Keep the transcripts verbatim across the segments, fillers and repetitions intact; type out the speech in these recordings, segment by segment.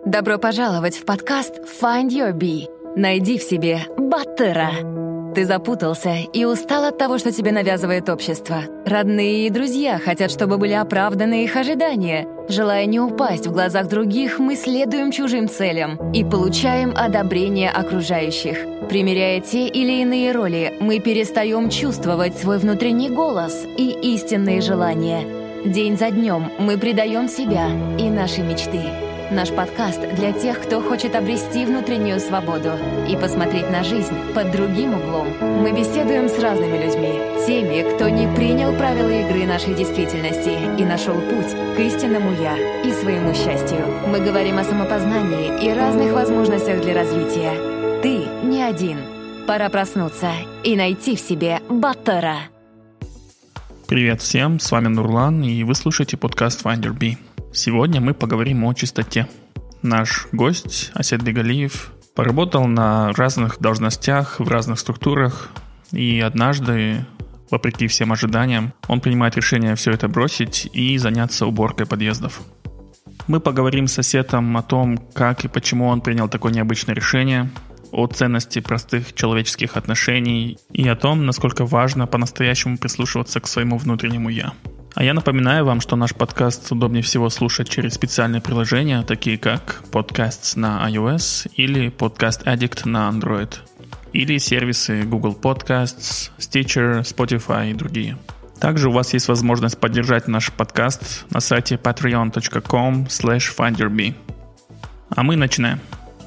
Добро пожаловать в подкаст Find Your Bee. Найди в себе Баттера. Ты запутался и устал от того, что тебе навязывает общество. Родные и друзья хотят, чтобы были оправданы их ожидания. Желая не упасть в глазах других, мы следуем чужим целям и получаем одобрение окружающих. Примеряя те или иные роли, мы перестаем чувствовать свой внутренний голос и истинные желания. День за днем мы предаем себя и наши мечты. Наш подкаст для тех, кто хочет обрести внутреннюю свободу и посмотреть на жизнь под другим углом. Мы беседуем с разными людьми, теми, кто не принял правила игры нашей действительности и нашел путь к истинному «я» и своему счастью. Мы говорим о самопознании и разных возможностях для развития. Ты не один. Пора проснуться и найти в себе Баттера. Привет всем, с вами Нурлан, и вы слушаете подкаст Find Your Bee. Сегодня мы поговорим о чистоте. Наш гость, Асет Бегалиев, поработал на разных должностях, в разных структурах, и однажды, вопреки всем ожиданиям, он принимает решение все это бросить и заняться уборкой подъездов. Мы поговорим с Асетом о том, как и почему он принял такое необычное решение, о ценности простых человеческих отношений и о том, насколько важно по-настоящему прислушиваться к своему внутреннему «я». А я напоминаю вам, что наш подкаст удобнее всего слушать через специальные приложения, такие как Podcasts на iOS или Podcast Addict на Android, или сервисы Google Podcasts, Stitcher, Spotify и другие. Также у вас есть возможность поддержать наш подкаст на сайте patreon точка com слэш find your bee. А мы начинаем.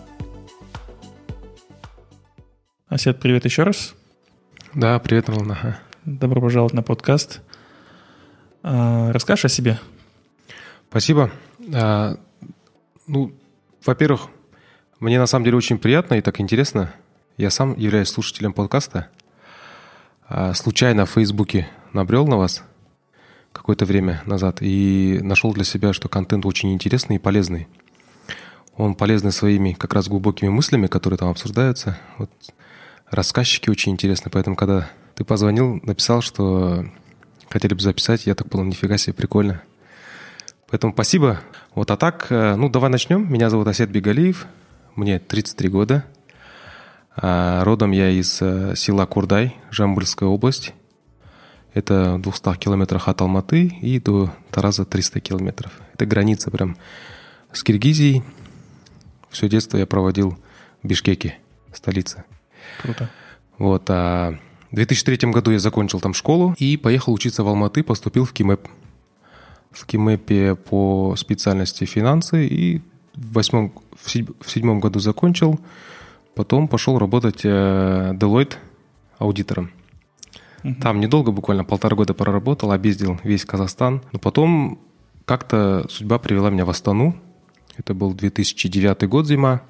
Асет, привет еще раз. Да, привет, Нурлан. Ага. Добро пожаловать на подкаст. А, расскажешь о себе? Спасибо. А, ну, во-первых, мне на самом деле очень приятно и так интересно. Я сам являюсь слушателем подкаста. А, случайно в Фейсбуке набрел на вас какое-то время назад и нашел для себя, что контент очень интересный и полезный. Он полезный своими как раз глубокими мыслями, которые там обсуждаются. Вот, рассказчики очень интересны, поэтому когда ты позвонил, написал, что хотели бы записать, я так понял, нифига себе, прикольно. Поэтому спасибо. Вот, а так, ну, давай начнем. Меня зовут Асет Бегалиев, мне тридцать три года. Родом я из села Курдай, Жамбылская область. Это в двухстах километрах от Алматы и до Тараза триста километров. Это граница прям с Киргизией. Все детство я проводил в Бишкеке, столице. Круто. Вот, а в две тысячи третьем году я закончил там школу и поехал учиться в Алматы, поступил в КИМЭП. В КИМЭПе по специальности финансы и в, восьмом, в, седь, в седьмом году закончил. Потом пошел работать э, Deloitte аудитором. Uh-huh. Там недолго, буквально полтора года проработал, объездил весь Казахстан. Но потом как-то судьба привела меня в Астану. Это был две тысячи девятый год, зима.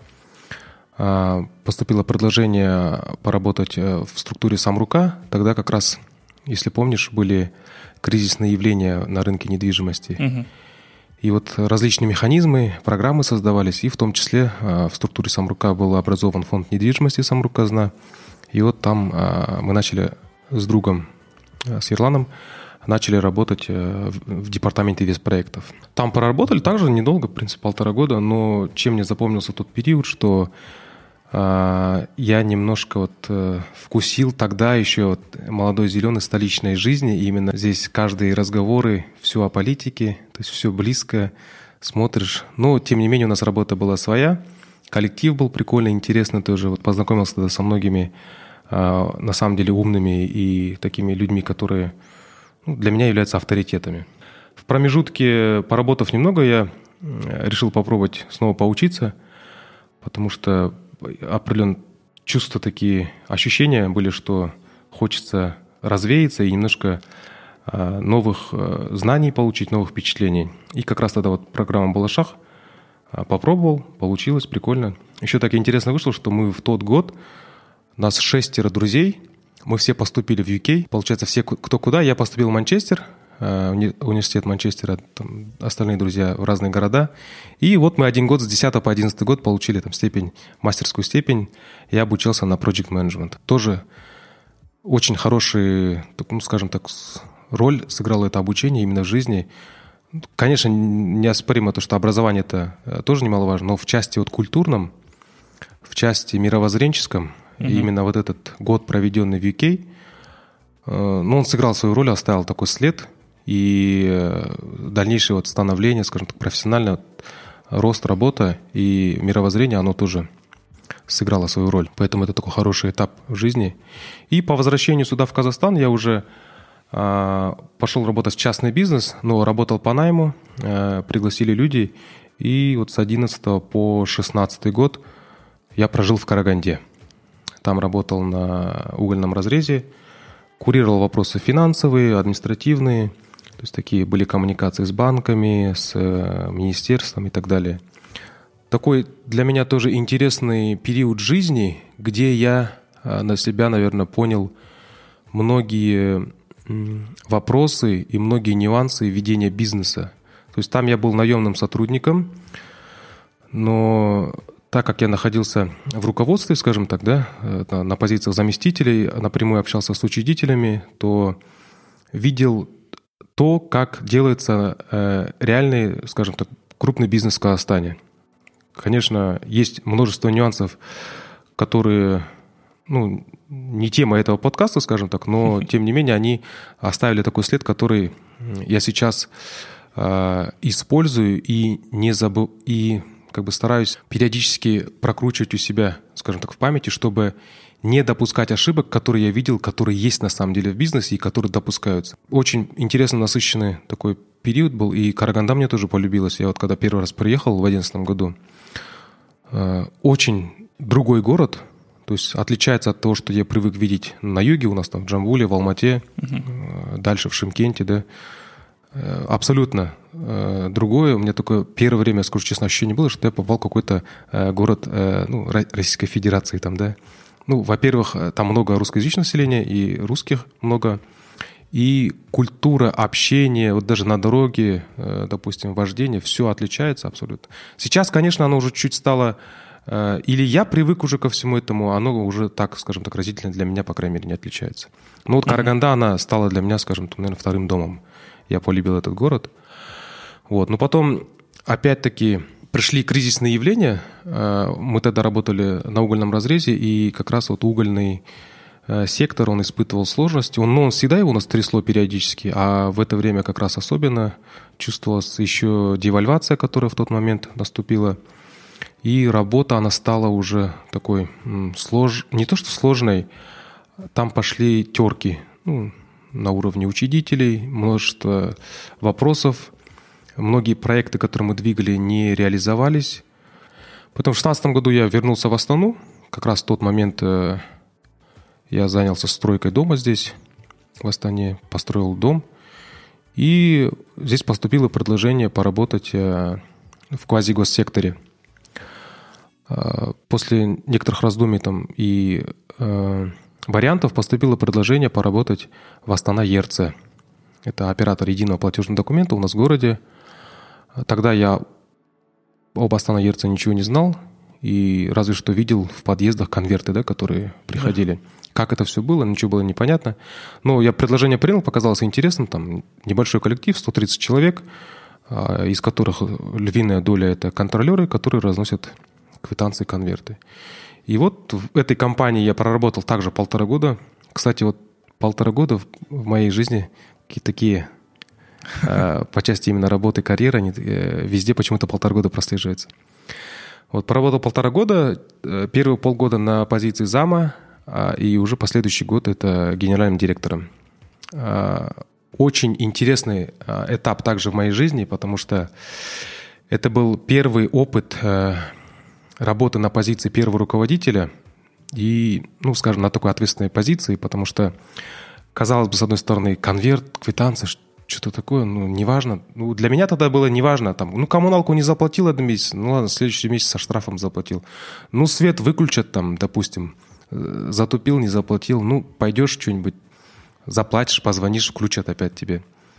Поступило предложение поработать в структуре Самрука. Тогда как раз, если помнишь, были кризисные явления на рынке недвижимости. Uh-huh. И вот различные механизмы, программы создавались, и в том числе в структуре Самрука был образован фонд недвижимости Самрук-Казна. И вот там мы начали с другом, с Ерланом, начали работать в департаменте веспроектов. Там проработали также недолго, в принципе, полтора года, но чем мне запомнился тот период, что я немножко вот вкусил тогда еще вот молодой зеленой столичной жизни. И именно здесь каждые разговоры, все о политике, то есть все близко, смотришь. Но, тем не менее, у нас работа была своя. Коллектив был прикольный, интересный тоже. Вот познакомился тогда со многими, на самом деле, умными и такими людьми, которые, ну, для меня являются авторитетами. В промежутке, поработав немного, я решил попробовать снова поучиться, потому что определенные чувства, такие ощущения были, что хочется развеяться и немножко новых знаний получить, новых впечатлений. И как раз тогда вот программа «Балашах» попробовал, получилось, прикольно. Еще так интересно вышло, что мы в тот год, нас шестеро друзей, мы все поступили в ю кей. Получается, все кто куда. Я поступил в Манчестер, уни- университет Манчестера, там остальные друзья в разные города. И вот мы один год, с десятого по одиннадцатый год получили там степень, мастерскую степень. Я обучался на Project Management. Тоже очень хороший, ну, скажем так, роль сыграло это обучение именно в жизни. Конечно, неоспоримо то, что образование это тоже немаловажно, но в части вот культурном, в части мировоззренческом, mm-hmm. именно вот этот год, проведенный в ю кей, ну, он сыграл свою роль, оставил такой след, и дальнейшее вот становление, скажем так, профессиональный рост, работа и мировоззрение, оно тоже сыграло свою роль. Поэтому это такой хороший этап в жизни. И по возвращению сюда, в Казахстан, я уже а, пошел работать в частный бизнес, но работал по найму, а, пригласили люди, и вот с одиннадцатого по шестнадцатый год я прожил в Караганде. Там работал на угольном разрезе, курировал вопросы финансовые, административные, то есть такие были коммуникации с банками, с министерством и так далее. Такой для меня тоже интересный период жизни, где я на себя, наверное, понял многие вопросы и многие нюансы ведения бизнеса. То есть там я был наемным сотрудником, но так как я находился в руководстве, скажем так, да, на позициях заместителей, напрямую общался с учредителями, то видел то, как делается э, реальный, скажем так, крупный бизнес в Казахстане. Конечно, есть множество нюансов, которые, ну, не тема этого подкаста, скажем так, но, тем не менее, они оставили такой след, который я сейчас э, использую и не забыл, и как бы стараюсь периодически прокручивать у себя, скажем так, в памяти, чтобы не допускать ошибок, которые я видел, которые есть на самом деле в бизнесе и которые допускаются. Очень интересно насыщенный такой период был, и Караганда мне тоже полюбилась. Я вот когда первый раз приехал в две тысячи одиннадцатом году, очень другой город, то есть отличается от того, что я привык видеть на юге, у нас там в Джамбуле, в Алмате, угу. дальше в Шымкенте, да. Абсолютно другое. У меня такое первое время, скажу честно, ощущение было, что я попал в какой-то город, ну, Российской Федерации там, да. Ну, во-первых, там много русскоязычного населения, и русских много, и культура общения, вот даже на дороге, допустим, вождение, все отличается абсолютно. Сейчас, конечно, оно уже чуть стало, или я привык уже ко всему этому, оно уже так, скажем так, разительно для меня, по крайней мере, не отличается. Но вот Караганда, она стала для меня, скажем так, наверное, вторым домом. Я полюбил этот город. Вот. Но потом, опять-таки, пришли кризисные явления. Мы тогда работали на угольном разрезе, и как раз вот угольный сектор, он испытывал сложности. Он, ну, он всегда его у нас трясло периодически, а в это время как раз особенно чувствовалась еще девальвация, которая в тот момент наступила. И работа, она стала уже такой слож... не то что сложной, там пошли терки, ну, на уровне учредителей, множество вопросов. Многие проекты, которые мы двигали, не реализовались. Потом в две тысячи шестнадцатом году я вернулся в Астану. Как раз в тот момент я занялся стройкой дома здесь, в Астане, построил дом. И здесь поступило предложение поработать в квазигоссекторе. После некоторых раздумий там и вариантов поступило предложение поработать в Астана ЕРЦ. Это оператор единого платежного документа у нас в городе. Тогда я об Астана ЕРЦ ничего не знал, и разве что видел в подъездах конверты, да, которые приходили. Да. Как это все было, ничего было непонятно. Но я предложение принял, показалось интересным. Там небольшой коллектив, сто тридцать человек, из которых львиная доля – это контролеры, которые разносят квитанции, конверты. И вот в этой компании я проработал также полтора года. Кстати, вот полтора года в моей жизни какие-то такие по части именно работы, карьеры, они везде почему-то полтора года прослеживаются. Вот проработал полтора года, первые полгода на позиции зама, и уже последующий год это генеральным директором. Очень интересный этап также в моей жизни, потому что это был первый опыт работы на позиции первого руководителя и, ну, скажем, на такой ответственной позиции, потому что, казалось бы, с одной стороны, конверт, квитанция, что-то такое, ну, неважно. Ну, для меня тогда было неважно. Там, ну, коммуналку не заплатил один месяц, ну, ладно, следующий месяц со штрафом заплатил. Ну, свет выключат там, допустим, затупил, не заплатил, ну, пойдешь что-нибудь, заплатишь, позвонишь, включат опять тебе.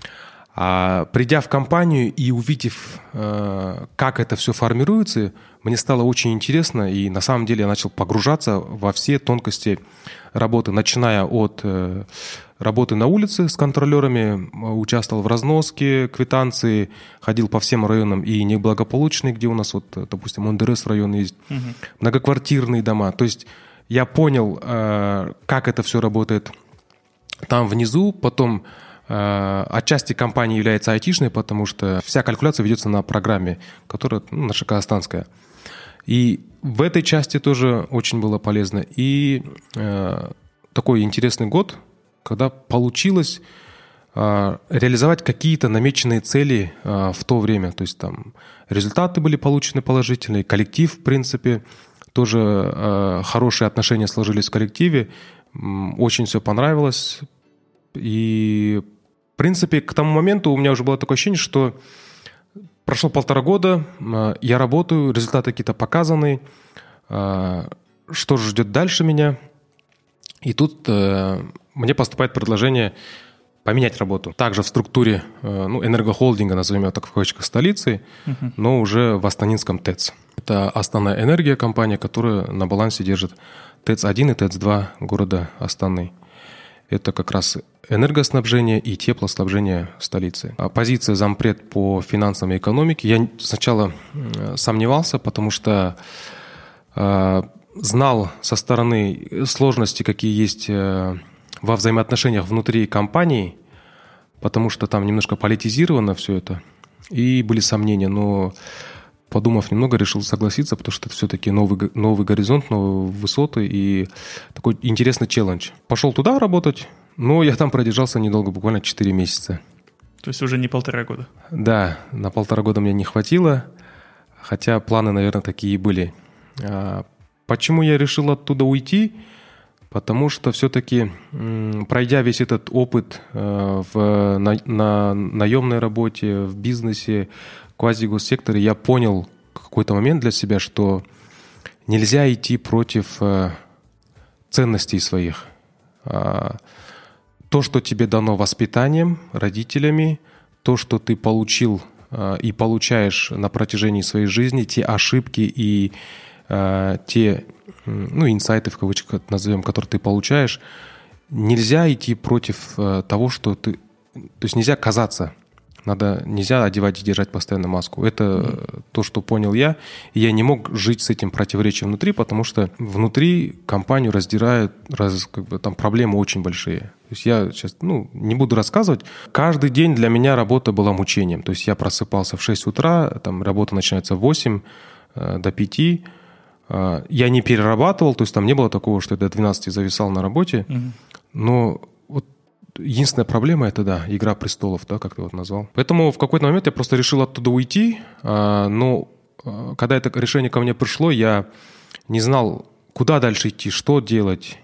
А придя в компанию и увидев, как это все формируется, мне стало очень интересно, и на самом деле я начал погружаться во все тонкости работы, начиная от работы на улице с контролерами, участвовал в разноске, квитанции, ходил по всем районам и неблагополучные, где у нас, вот, допустим, ОНДРС район есть, угу. многоквартирные дома. То есть я понял, как это все работает там внизу, потом отчасти компания является айтишной, потому что вся калькуляция ведется на программе, которая ну, наша казахстанская. И в этой части тоже очень было полезно. И э, такой интересный год, когда получилось э, реализовать какие-то намеченные цели э, в то время. То есть там результаты были получены положительные, коллектив, в принципе, тоже э, хорошие отношения сложились в коллективе, очень все понравилось. И в принципе, к тому моменту у меня уже было такое ощущение, что прошло полтора года, я работаю, результаты какие-то показаны, что же ждет дальше меня. И тут мне поступает предложение поменять работу. Также в структуре ну, энергохолдинга, назовем его так в кавычках, столицы, uh-huh. но уже в Астанинском ТЭЦ. Это Астана Энергия, компания, которая на балансе держит ТЭЦ один и ТЭЦ два города Астаны. Это как раз энергоснабжение и теплоснабжение столицы. А позиция зампред по финансам и экономике. Я сначала сомневался, потому что э, знал со стороны сложности, какие есть э, во взаимоотношениях внутри компании, потому что там немножко политизировано все это, и были сомнения, но подумав немного, решил согласиться, потому что это все-таки новый, новый горизонт, новые высоты и такой интересный челлендж. Пошел туда работать, но я там продержался недолго, буквально четыре месяца. То есть уже не полтора года? Да, на полтора года мне не хватило, хотя планы, наверное, такие и были. Почему я решил оттуда уйти? Потому что все-таки, пройдя весь этот опыт в, на, на наемной работе, в бизнесе, квазигоссекторе, я понял в какой-то момент для себя, что нельзя идти против ценностей своих. То, что тебе дано воспитанием, родителями, то, что ты получил и получаешь на протяжении своей жизни, те ошибки и те ну, инсайты, в кавычках назовем, которые ты получаешь, нельзя идти против того, что ты... То есть нельзя казаться. Надо, нельзя одевать и держать постоянно маску. Это mm. то, что понял я. И я не мог жить с этим противоречием внутри, потому что внутри компанию раздирают, раз, как бы, там проблемы очень большие. То есть я сейчас ну, не буду рассказывать. Каждый день для меня работа была мучением. То есть я просыпался в шесть утра, там работа начинается в восемь э, до пяти. Э, я не перерабатывал, то есть там не было такого, что я до двенадцати зависал на работе. Mm. Но вот единственная проблема – это, да, «Игра престолов», да, как ты вот назвал. Поэтому в какой-то момент я просто решил оттуда уйти, но когда это решение ко мне пришло, я не знал, куда дальше идти, что делать,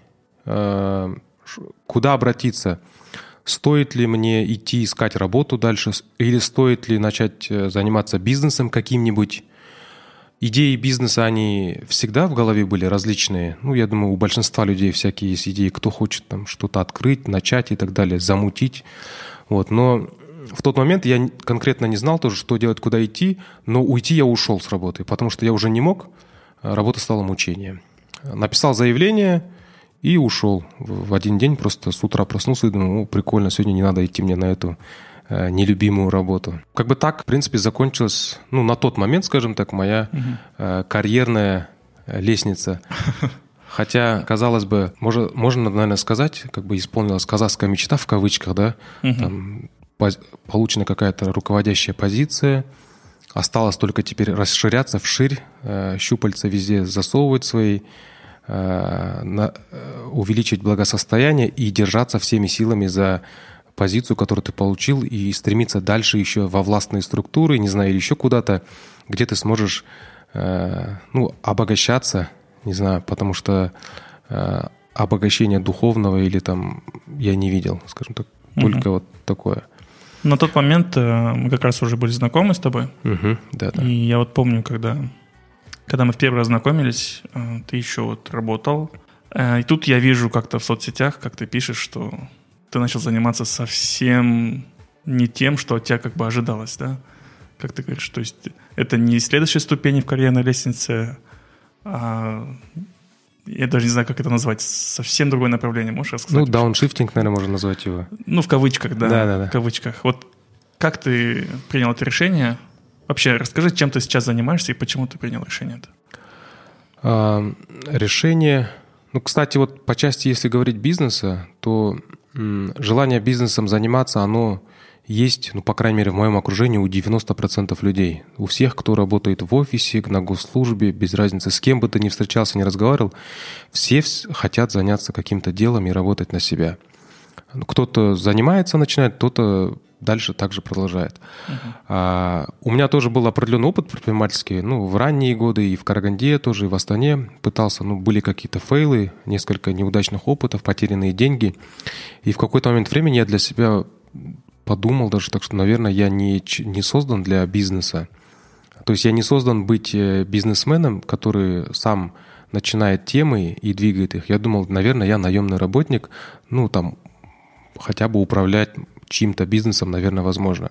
куда обратиться. Стоит ли мне идти искать работу дальше, или стоит ли начать заниматься бизнесом каким-нибудь. Идеи бизнеса, они всегда в голове были различные. Ну, я думаю, у большинства людей всякие есть идеи, кто хочет там что-то открыть, начать и так далее, замутить. Вот. Но в тот момент я конкретно не знал тоже, что делать, куда идти, но уйти я ушел с работы, потому что я уже не мог, работа стала мучением. Написал заявление и ушел. В один день просто с утра проснулся и думал, о, прикольно, сегодня не надо идти мне на эту нелюбимую работу. Как бы так, в принципе, закончилась, ну, на тот момент, скажем так, моя угу. э, карьерная лестница. Хотя, казалось бы, можно, можно, наверное, сказать, как бы исполнилась казахская мечта, в кавычках, да, угу. там поз- получена какая-то руководящая позиция, осталось только теперь расширяться вширь, э, щупальца везде засовывать свои, э, на, э, увеличить благосостояние и держаться всеми силами за позицию, которую ты получил, и стремиться дальше еще во властные структуры, не знаю, или еще куда-то, где ты сможешь э, ну, обогащаться, не знаю, потому что э, обогащения духовного или там я не видел, скажем так, угу. только вот такое. На тот момент э, мы как раз уже были знакомы с тобой. Угу, да, да. И я вот помню, когда, когда мы в первый раз знакомились, э, ты еще вот работал, э, и тут я вижу как-то в соцсетях, как ты пишешь, что ты начал заниматься совсем не тем, что от тебя как бы ожидалось, да? Как ты говоришь, то есть это не следующая ступень в карьерной лестнице, а я даже не знаю, как это назвать, совсем другое направление, можешь рассказать? Ну, дауншифтинг, наверное, можно назвать его. Ну, в кавычках, да, да, да, да. в кавычках. Вот как ты принял это решение? Вообще, расскажи, чем ты сейчас занимаешься и почему ты принял решение это? А, решение... Ну, кстати, вот по части, если говорить бизнеса, то м, желание бизнесом заниматься, оно есть, ну, по крайней мере, в моем окружении у девяноста процентов людей. У всех, кто работает в офисе, на госслужбе, без разницы, с кем бы ты ни встречался, ни разговаривал, все хотят заняться каким-то делом и работать на себя. Кто-то занимается, начинает, кто-то дальше также продолжает. Uh-huh. А, у меня тоже был определенный опыт предпринимательский. Ну, в ранние годы и в Караганде тоже, и в Астане пытался. Ну, были какие-то фейлы, несколько неудачных опытов, потерянные деньги. И в какой-то момент времени я для себя подумал даже так, что, наверное, я не, не создан для бизнеса. То есть я не создан быть бизнесменом, который сам начинает темы и двигает их. Я думал, наверное, я наемный работник, ну, там, хотя бы управлять чьим-то бизнесом, наверное, возможно.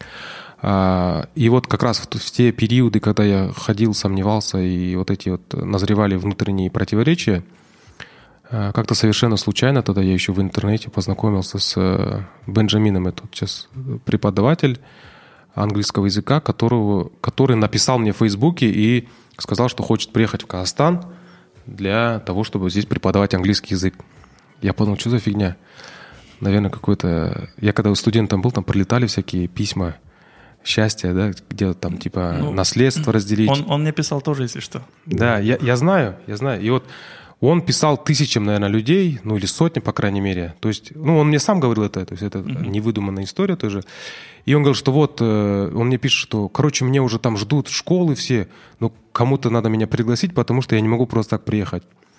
И вот как раз в те периоды, когда я ходил, сомневался, и вот эти вот назревали внутренние противоречия, как-то совершенно случайно, тогда я еще в интернете познакомился с Бенджамином, это сейчас преподаватель английского языка, которого, который написал мне в Фейсбуке и сказал, что хочет приехать в Казахстан для того, чтобы здесь преподавать английский язык. Я подумал, что за фигня? Наверное, какой-то... Я когда студентом был, там прилетали всякие письма счастья, да, где там типа ну, наследство разделить. Он, он мне писал тоже, если что. Да, я, я знаю, я знаю. И вот он писал тысячам, наверное, людей, ну или сотням, по крайней мере. То есть, ну, он мне сам говорил это, то есть это mm-hmm. невыдуманная история тоже. И он говорил, что вот, он мне пишет, что, короче, мне уже там ждут школы все, но кому-то надо меня пригласить, потому что я не могу просто так приехать.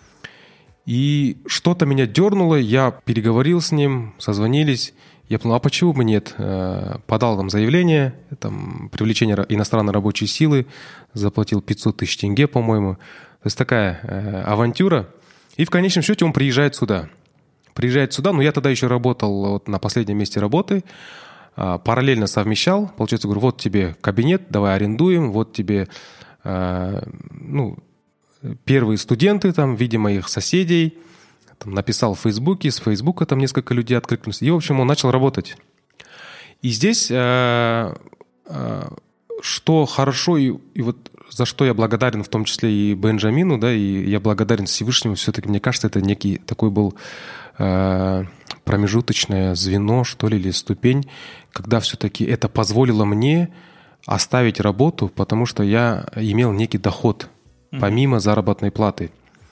И что-то меня дернуло, я переговорил с ним, созвонились. Я подумал, а почему бы нет? Подал там заявление, там, привлечение иностранной рабочей силы, заплатил пятьсот тысяч тенге, по-моему. То есть такая э, авантюра. И в конечном счете он приезжает сюда. Приезжает сюда, но я тогда еще работал вот на последнем месте работы, э, параллельно совмещал. Получается, говорю, вот тебе кабинет, давай арендуем, вот тебе э, ну, первые студенты, там, видимо, их соседей. Там, написал в Фейсбуке, с Фейсбука там несколько людей откликнулись. И, в общем, он начал работать. И здесь, э, э, что хорошо, и, и вот за что я благодарен в том числе и Бенджамину, да, и я благодарен Всевышнему, все-таки, мне кажется, это некий такой был э, промежуточное звено, что ли, или ступень, когда все-таки это позволило мне оставить работу, потому что я имел некий доход, помимо заработной платы.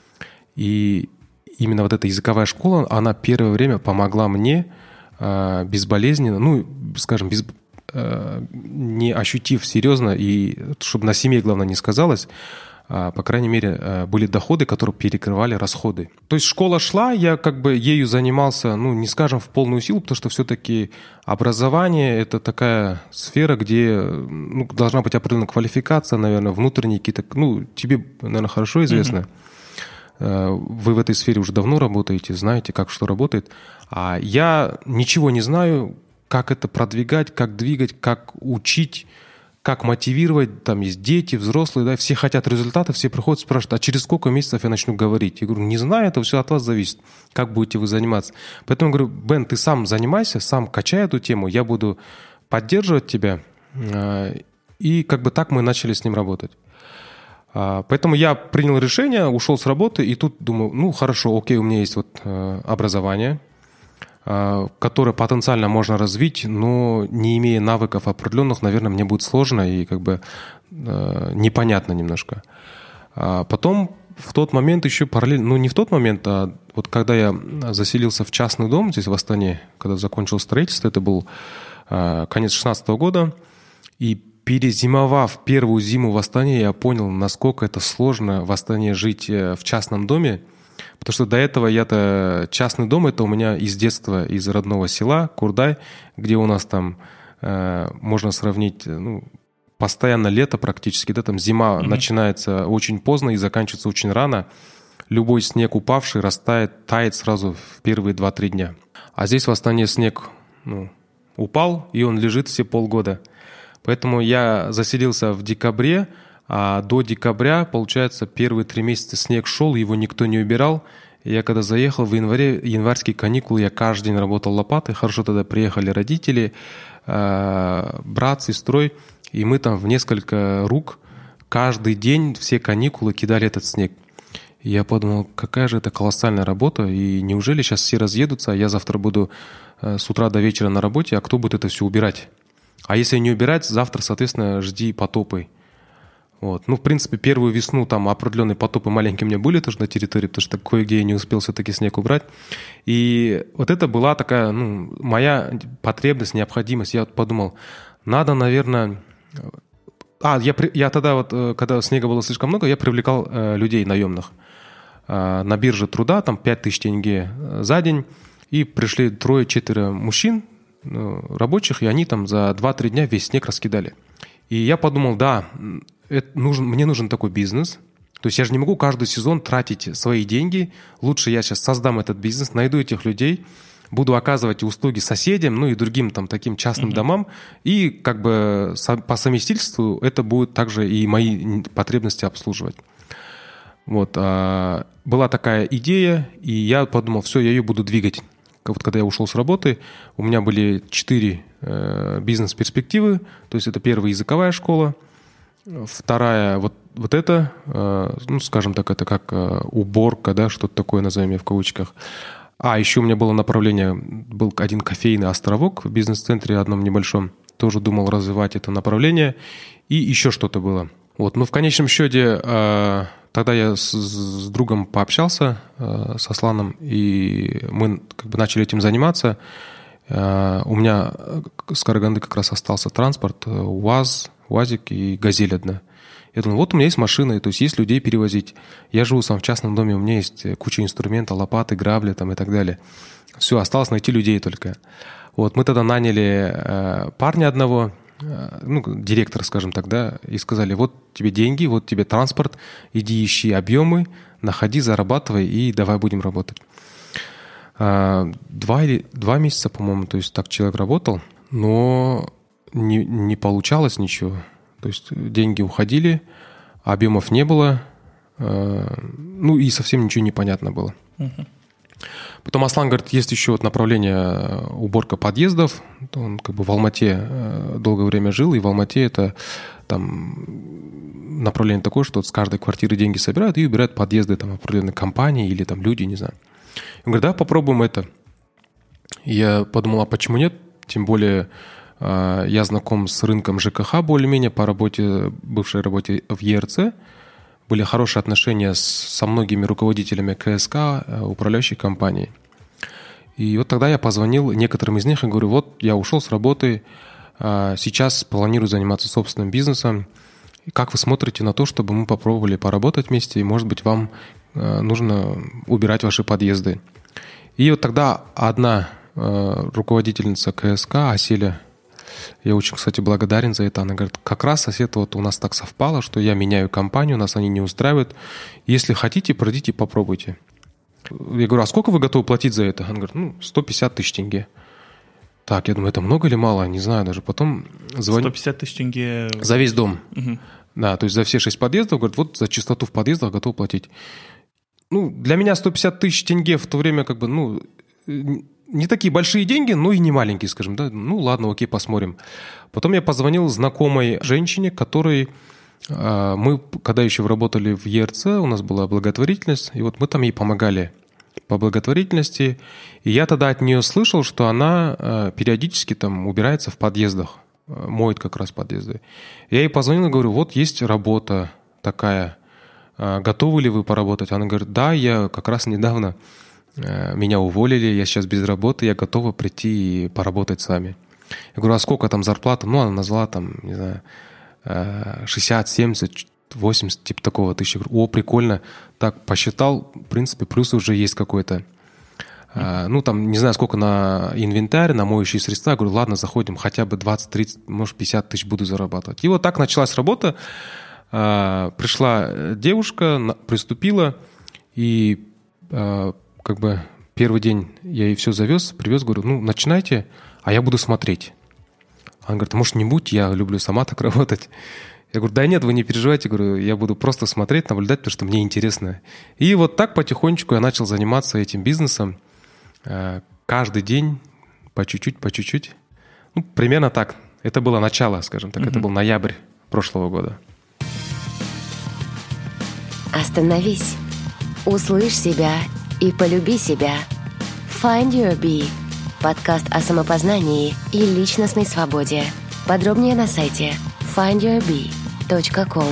И именно вот эта языковая школа, она первое время помогла мне э, безболезненно, ну, скажем, без, э, не ощутив серьезно, и чтобы на семье, главное, не сказалось, э, по крайней мере, э, были доходы, которые перекрывали расходы. То есть школа шла, я как бы ею занимался, ну, не скажем, в полную силу, потому что все-таки образование – это такая сфера, где ну, должна быть определенная квалификация, наверное, внутренние какие-то, ну, тебе, наверное, хорошо известно. Mm-hmm. Вы в этой сфере уже давно работаете, знаете, как что работает. А я ничего не знаю, как это продвигать, как двигать, как учить, как мотивировать. Там есть дети, взрослые, да, все хотят результата, все приходят, спрашивают, а через сколько месяцев я начну говорить? Я говорю, не знаю, это все от вас зависит, как будете вы заниматься. Поэтому говорю, Бен, ты сам занимайся, сам качай эту тему, я буду поддерживать тебя. И как бы так мы начали с ним работать. Поэтому я принял решение, ушел с работы, и тут думаю, ну хорошо, окей, у меня есть вот образование, которое потенциально можно развить, но не имея навыков определенных, наверное, мне будет сложно и как бы непонятно немножко. Потом в тот момент еще параллельно, ну не в тот момент, а вот когда я заселился в частный дом здесь в Астане, когда закончил строительство, это был конец две тысячи шестнадцатого года, и перезимовав первую зиму в Астане, я понял, насколько это сложно в Астане жить в частном доме, потому что до этого я-то частный дом, это у меня из детства, из родного села Курдай, где у нас там э, можно сравнить, ну, постоянно лето практически, да, там зима mm-hmm. начинается очень поздно и заканчивается очень рано, любой снег упавший растает, тает сразу в первые два-три дня. А здесь в Астане снег, ну, упал, и он лежит все полгода. Поэтому я заселился в декабре, а до декабря, получается, первые три месяца снег шел, его никто не убирал. И я когда заехал в январе, январские каникулы, я каждый день работал лопатой. Хорошо тогда приехали родители, брат, сестрой, и мы там в несколько рук каждый день все каникулы кидали этот снег. И я подумал, какая же это колоссальная работа, и неужели сейчас все разъедутся, а я завтра буду с утра до вечера на работе, а кто будет это все убирать? А если не убирать, завтра, соответственно, жди потопы. Вот. Ну, в принципе, первую весну там определенные потопы маленькие у меня были тоже на территории, потому что кое-где я не успел все-таки снег убрать. И вот это была такая, ну, моя потребность, необходимость. Я подумал, надо, наверное... А, я, я тогда вот, когда снега было слишком много, я привлекал э, людей наемных э, на бирже труда, там пять тысяч тенге за день, и пришли трое-четверо мужчин, э, рабочих, и они там за два-три дня весь снег раскидали. И я подумал, да, это нужен, мне нужен такой бизнес. То есть я же не могу каждый сезон тратить свои деньги. Лучше я сейчас создам этот бизнес, найду этих людей, буду оказывать услуги соседям, ну и другим там таким частным uh-huh. домам. И как бы по совместительству это будет также и мои потребности обслуживать. Вот. А, была такая идея, и я подумал, все, я ее буду двигать. Вот когда я ушел с работы, у меня были четыре э, бизнес-перспективы. То есть это первая языковая школа, вторая вот, вот это, э, ну, скажем так, это как э, уборка, да, что-то такое, назовем я в кавычках. А еще у меня было направление, был один кофейный островок в бизнес-центре одном небольшом. Тоже думал развивать это направление. И еще что-то было. Вот. Но в конечном счете, э, тогда я с, с другом пообщался, э, с Асланом, и мы как бы начали этим заниматься. Э, у меня с Караганды как раз остался транспорт, УАЗ, УАЗик и Газель одна. Я думаю, вот у меня есть машина, то есть есть людей перевозить. Я живу сам в частном доме, у меня есть куча инструментов, лопаты, грабли там и так далее. Все, осталось найти людей только. Вот, мы тогда наняли э, парня одного, э, ну, директора, скажем так, да, и сказали, вот тебе деньги, вот тебе транспорт, иди ищи объемы, находи, зарабатывай и давай будем работать. Э, два, или, два месяца, по-моему, то есть так человек работал, но не, не получалось ничего. То есть деньги уходили, объемов не было, э, ну и совсем ничего не понятно было. Uh-huh. Потом Аслан говорит, есть еще вот направление уборка подъездов. Он как бы в Алмате долгое время жил, и в Алмате это там направление такое, что вот с каждой квартиры деньги собирают и убирают подъезды там определенной компании или там люди, не знаю. Он говорит, да, попробуем это. И я подумал, а почему нет? Тем более я знаком с рынком ЖКХ более-менее по работе, бывшей работе в ЕРЦ. Были хорошие отношения с, со многими руководителями КСК, управляющей компанией. И вот тогда я позвонил некоторым из них и говорю, вот я ушел с работы, сейчас планирую заниматься собственным бизнесом. Как вы смотрите на то, чтобы мы попробовали поработать вместе, и, может быть, вам нужно убирать ваши подъезды? И вот тогда одна руководительница КСК, Аселя, я очень, кстати, благодарен за это. Она говорит, как раз сосед, вот у нас так совпало, что я меняю компанию, нас они не устраивают. Если хотите, пройдите, попробуйте. Я говорю, а сколько вы готовы платить за это? Она говорит, ну, сто пятьдесят тысяч тенге. Так, я думаю, это много или мало? Не знаю даже. Потом звоню. сто пятьдесят тысяч тенге? За весь дом. Угу. Да, то есть за все шесть подъездов, говорит, вот за чистоту в подъездах готов платить. Ну, для меня сто пятьдесят тысяч тенге в то время как бы, ну... Не такие большие деньги, но и не маленькие, скажем, да. Ну ладно, окей, посмотрим. Потом я позвонил знакомой женщине, которой э, мы, когда еще работали в ЕРЦ, у нас была благотворительность, и вот мы там ей помогали по благотворительности. И я тогда от нее слышал, что она э, периодически там убирается в подъездах, э, моет как раз подъезды. Я ей позвонил и говорю, вот есть работа такая, э, готовы ли вы поработать? Она говорит, да, я как раз недавно... Меня уволили, я сейчас без работы, я готова прийти и поработать с вами. Я говорю, а сколько там зарплата? Ну, она назвала там, не знаю, шестьдесят, семьдесят, восемьдесят, типа такого тысячи. Я говорю, о, прикольно. Так, посчитал, в принципе, плюс уже есть какой-то. Mm-hmm. Ну, там, не знаю, сколько на инвентарь, на моющие средства. Я говорю, ладно, заходим, хотя бы двадцать, тридцать, может, пятьдесят тысяч буду зарабатывать. И вот так началась работа. Пришла девушка, приступила, и... как бы первый день я ей все завез, привез, говорю, ну, начинайте, а я буду смотреть. Он говорит, может, не будь, я люблю сама так работать. Я говорю, да нет, вы не переживайте, говорю, я буду просто смотреть, наблюдать, потому что мне интересно. И вот так потихонечку я начал заниматься этим бизнесом. Каждый день, по чуть-чуть, по чуть-чуть. Ну, примерно так. Это было начало, скажем так, mm-hmm. это был ноябрь прошлого года. Остановись, услышь себя и полюби себя. Find Your Bee. Подкаст о самопознании и личностной свободе. Подробнее на сайте файнд юр би точка ком.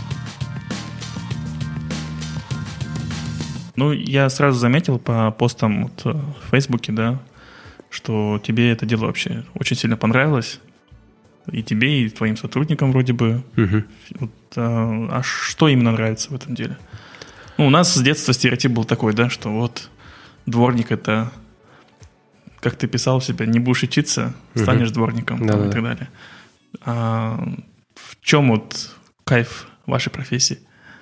Ну, я сразу заметил по постам вот в Фейсбуке, да, что тебе это дело вообще очень сильно понравилось. И тебе, и твоим сотрудникам вроде бы. Угу. Вот, а, а что именно нравится в этом деле? Ну, у нас с детства стереотип был такой, да, что вот дворник — это, как ты писал у себя, не будешь учиться, станешь угу. дворником там, и так далее. А в чем вот кайф вашей профессии?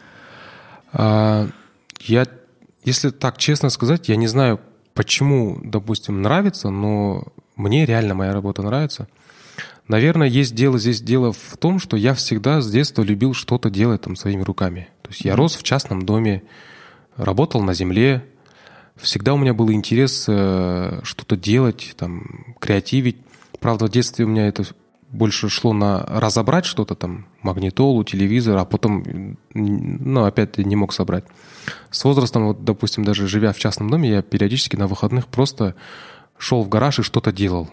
А, я, если так честно сказать, я не знаю, почему, допустим, нравится, но мне реально моя работа нравится. Наверное, есть дело здесь дело в том, что я всегда с детства любил что-то делать там своими руками. То есть я рос в частном доме, работал на земле. Всегда у меня был интерес э, что-то делать, там, креативить. Правда, в детстве у меня это больше шло на разобрать что-то там, магнитолу, телевизор, а потом, ну, опять не мог собрать. С возрастом, вот, допустим, даже живя в частном доме, я периодически на выходных просто шел в гараж и что-то делал.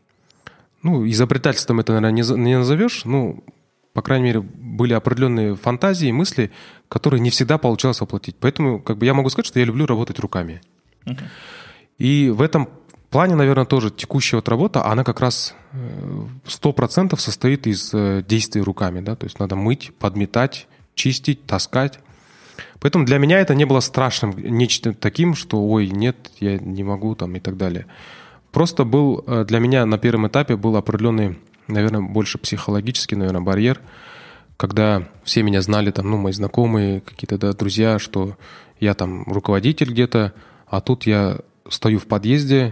Ну, изобретательством это, наверное, не назовешь. Ну, по крайней мере, были определенные фантазии, мысли, которые не всегда получалось воплотить. Поэтому как бы я могу сказать, что я люблю работать руками. Uh-huh. И в этом плане, наверное, тоже текущая вот работа, она как раз сто процентов состоит из действий руками. Да? То есть надо мыть, подметать, чистить, таскать. Поэтому для меня это не было страшным, нечто таким, что ой, нет, я не могу там и так далее. Просто был для меня на первом этапе был определенный, наверное, больше психологический, наверное, барьер, когда все меня знали, там, ну, мои знакомые, какие-то да, друзья, что я там руководитель где-то, а тут я стою в подъезде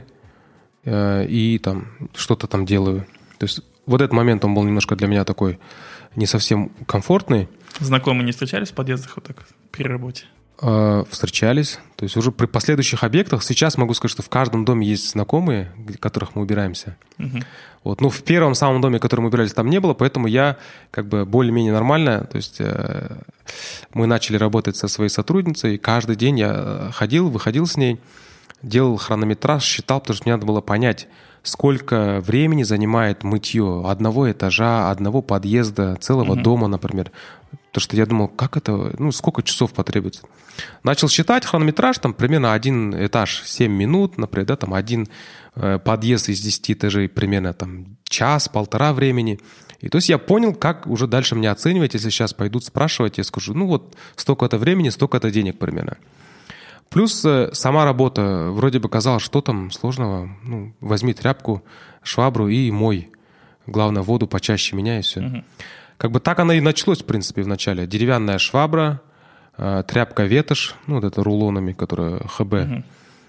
э, и там что-то там делаю. То есть вот этот момент, он был немножко для меня такой не совсем комфортный. Знакомые не встречались в подъездах вот так при работе? Встречались. То есть уже при последующих объектах сейчас могу сказать, что в каждом доме есть знакомые, в которых мы убираемся. Uh-huh. Вот. Ну, в первом самом доме, в котором мы убирались, там не было, поэтому я как бы более-менее нормально. То есть э, мы начали работать со своей сотрудницей, и каждый день я ходил, выходил с ней, делал хронометраж, считал, потому что мне надо было понять, сколько времени занимает мытье одного этажа, одного подъезда, целого uh-huh. дома, например. Потому что я думал, как это, ну, сколько часов потребуется. Начал считать хронометраж, там примерно один этаж семь минут, например, да, там один э, подъезд из десяти этажей примерно там час, полтора времени. И то есть я понял, как уже дальше мне оценивать, если сейчас пойдут спрашивать, я скажу, ну вот столько-то времени, столько-то денег примерно. Плюс э, сама работа, вроде бы казалось, что там сложного, ну, возьми тряпку, швабру и мой. Главное, воду почаще меняй, и все. Uh-huh. Как бы так оно и началось, в принципе, вначале. Деревянная швабра, э, тряпка-ветошь, ну, вот это рулонами, которая ХБ, uh-huh.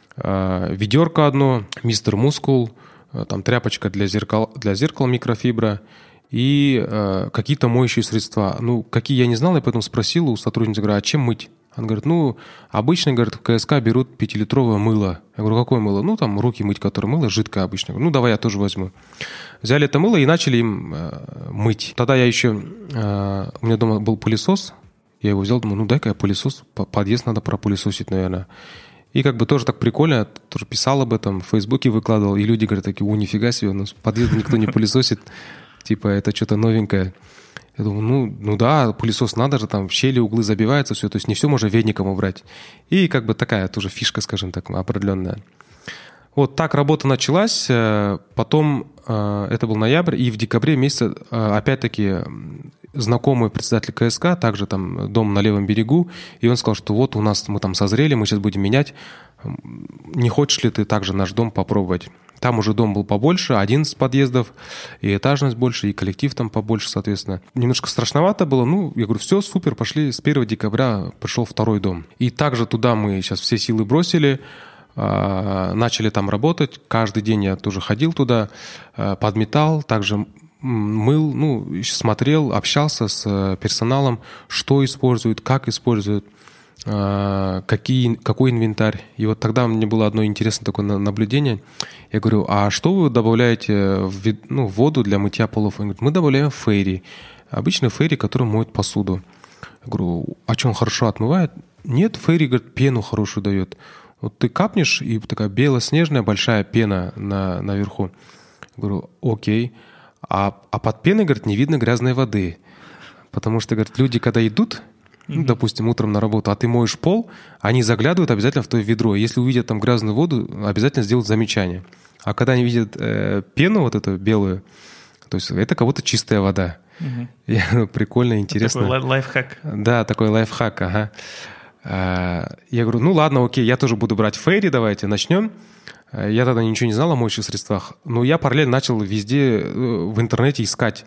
э, ведерко одно, мистер Мускул, э, там тряпочка для зеркал, для зеркала микрофибра и э, какие-то моющие средства. Ну, какие я не знал, я поэтому спросил у сотрудницы, говорю, а чем мыть? Он говорит, ну, обычно, говорит, в КСК берут пятилитровое мыло. Я говорю, какое мыло? Ну, там руки мыть, которое мыло, жидкое обычно. Я говорю, ну, давай я тоже возьму. Взяли это мыло и начали им э, мыть. Тогда я еще, э, у меня дома был пылесос, я его взял, думаю, ну, дай-ка я пылесос, подъезд надо пропылесосить, наверное. И как бы тоже так прикольно, тоже писал об этом, в Фейсбуке выкладывал, и люди говорят такие, о, нифига себе, у нас подъезд никто не пылесосит, типа, это что-то новенькое. Я думаю, ну, ну да, пылесос надо же, там в щели, углы забивается, все, то есть не все можно веником убрать. И как бы такая тоже фишка, скажем так, определенная. Вот так работа началась, потом это был ноябрь, и в декабре месяце опять-таки знакомый председатель КСК, также там дом на левом берегу, и он сказал, что вот у нас мы там созрели, мы сейчас будем менять, не хочешь ли ты также наш дом попробовать? Там уже дом был побольше, одиннадцать подъездов, и этажность больше, и коллектив там побольше, соответственно. Немножко страшновато было. Ну, я говорю, все, супер, пошли. С первого декабря пришел второй дом. И также туда мы сейчас все силы бросили. начали там работать. Каждый день я тоже ходил туда, подметал, также мыл, ну, смотрел, общался с персоналом, что используют, как используют, какие, какой инвентарь. И вот тогда мне было одно интересное такое наблюдение. Я говорю, а что вы добавляете в, ну, в воду для мытья полов? Он говорит, мы добавляем фейри. Обычно фейри, который моет посуду. Я говорю, а что, он хорошо отмывает? Нет, фейри, говорит, пену хорошую дает. Вот ты капнешь, и такая белоснежная большая пена на, наверху. Я говорю, окей. А, а под пеной, говорит, не видно грязной воды. Потому что, говорит, люди, когда идут, ну, допустим, утром на работу, а ты моешь пол, они заглядывают обязательно в то ведро. Если увидят там грязную воду, обязательно сделают замечание. А когда они видят э, пену вот эту белую, то есть это как будто чистая вода. Угу. И, ну, прикольно, интересно. Такой лайфхак. Да, такой лайфхак, ага. А, я говорю, ну ладно, окей, я тоже буду брать фейри, давайте начнем. Я тогда ничего не знал о моющих средствах, но я параллельно начал везде в интернете искать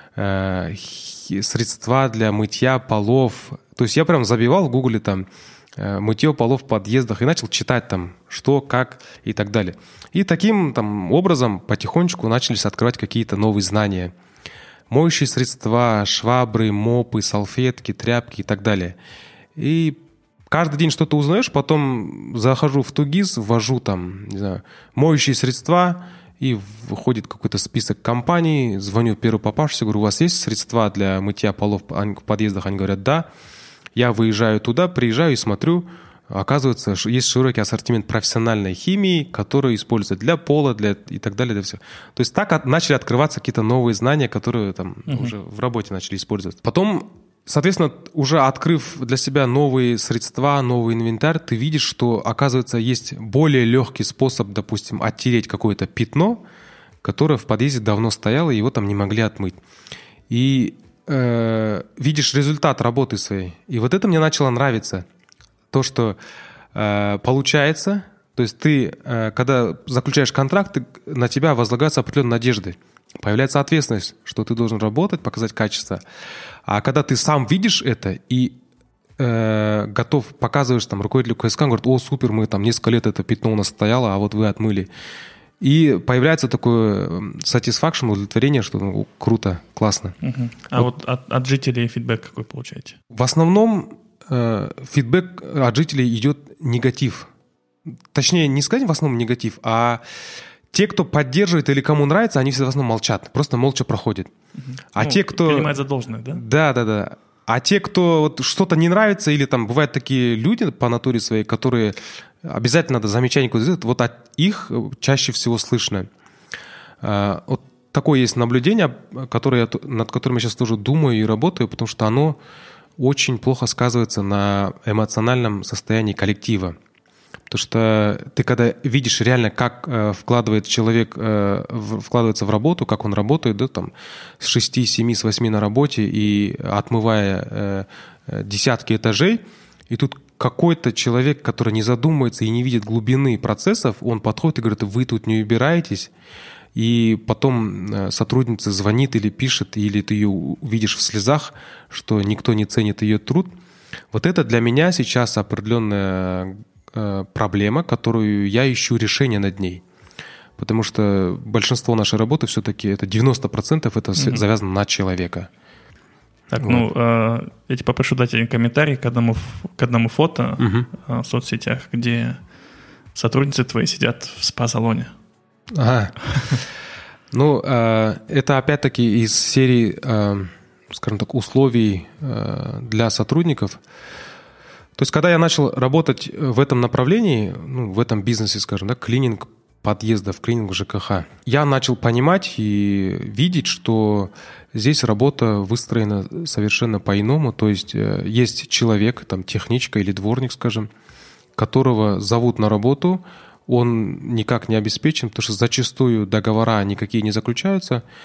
э, средства для мытья полов. То есть я прям забивал в гугле там э, мытье полов в подъездах и начал читать там, что, как и так далее. И таким там образом потихонечку начались открывать какие-то новые знания. Моющие средства, швабры, мопы, салфетки, тряпки и так далее. И каждый день что-то узнаешь, потом захожу в Тугис, ввожу там, не знаю, моющие средства, и выходит какой-то список компаний, звоню первый попавшийся, говорю, у вас есть средства для мытья полов в подъездах? Они говорят, да. Я выезжаю туда, приезжаю и смотрю, оказывается, есть широкий ассортимент профессиональной химии, которую используют для пола, для и так далее, для всего. То есть так от, начали открываться какие-то новые знания, которые там угу. уже в работе начали использовать. Потом, соответственно, уже открыв для себя новые средства, новый инвентарь, ты видишь, что, оказывается, есть более легкий способ, допустим, оттереть какое-то пятно, которое в подъезде давно стояло, и его там не могли отмыть. И э, видишь результат работы своей. И вот это мне начало нравиться. То, что э, получается, то есть ты, э, когда заключаешь контракт, ты, на тебя возлагаются определенные надежды. Появляется ответственность, что ты должен работать, показать качество. А когда ты сам видишь это и э, готов, показываешь там руководителю КСК, он говорит, о, супер, мы там несколько лет это пятно у нас стояло, а вот вы отмыли. И появляется такое satisfaction, удовлетворение, что ну, круто, классно. Uh-huh. А вот, вот от, от жителей фидбэк какой получаете? В основном э, фидбэк от жителей идет негатив. Точнее, не сказать в основном негатив, а те, кто поддерживает или кому нравится, они все в основном молчат, просто молча проходят. Uh-huh. А ну, те, кто... принимают за должное, да? Да, да, да. А те, кто вот что-то не нравится, или там бывают такие люди по натуре своей, которые обязательно надо замечание куда-то сделать, вот от их чаще всего слышно. Вот такое есть наблюдение, которое я, над которым я сейчас тоже думаю и работаю, потому что оно очень плохо сказывается на эмоциональном состоянии коллектива. Потому что ты когда видишь реально, как э, вкладывает человек, э, в, вкладывается в работу, как он работает, да, там, с шести, семи, с восьми на работе и отмывая э, десятки этажей, и тут какой-то человек, который не задумывается и не видит глубины процессов, он подходит и говорит, вы тут не убираетесь, и потом сотрудница звонит или пишет, или ты ее увидишь в слезах, что никто не ценит ее труд. Вот это для меня сейчас определенная проблема, которую я ищу решение над ней. Потому что большинство нашей работы все-таки, это девяносто процентов это mm-hmm. завязано на человека. Так, вот. ну, э, я тебе попрошу дать один комментарий к одному, к одному фото mm-hmm. э, в соцсетях, где сотрудницы твои сидят в спа-салоне. Ага. Ну, э, это опять-таки из серии, э, скажем так, условий э, для сотрудников. То есть, когда я начал работать в этом направлении, ну, в этом бизнесе, скажем, да, клининг подъездов, клининг ЖКХ, я начал понимать и видеть, что здесь работа выстроена совершенно по-иному. То есть, есть человек, там, техничка или дворник, скажем, которого зовут на работу, он никак не обеспечен, потому что зачастую договора никакие не заключаются.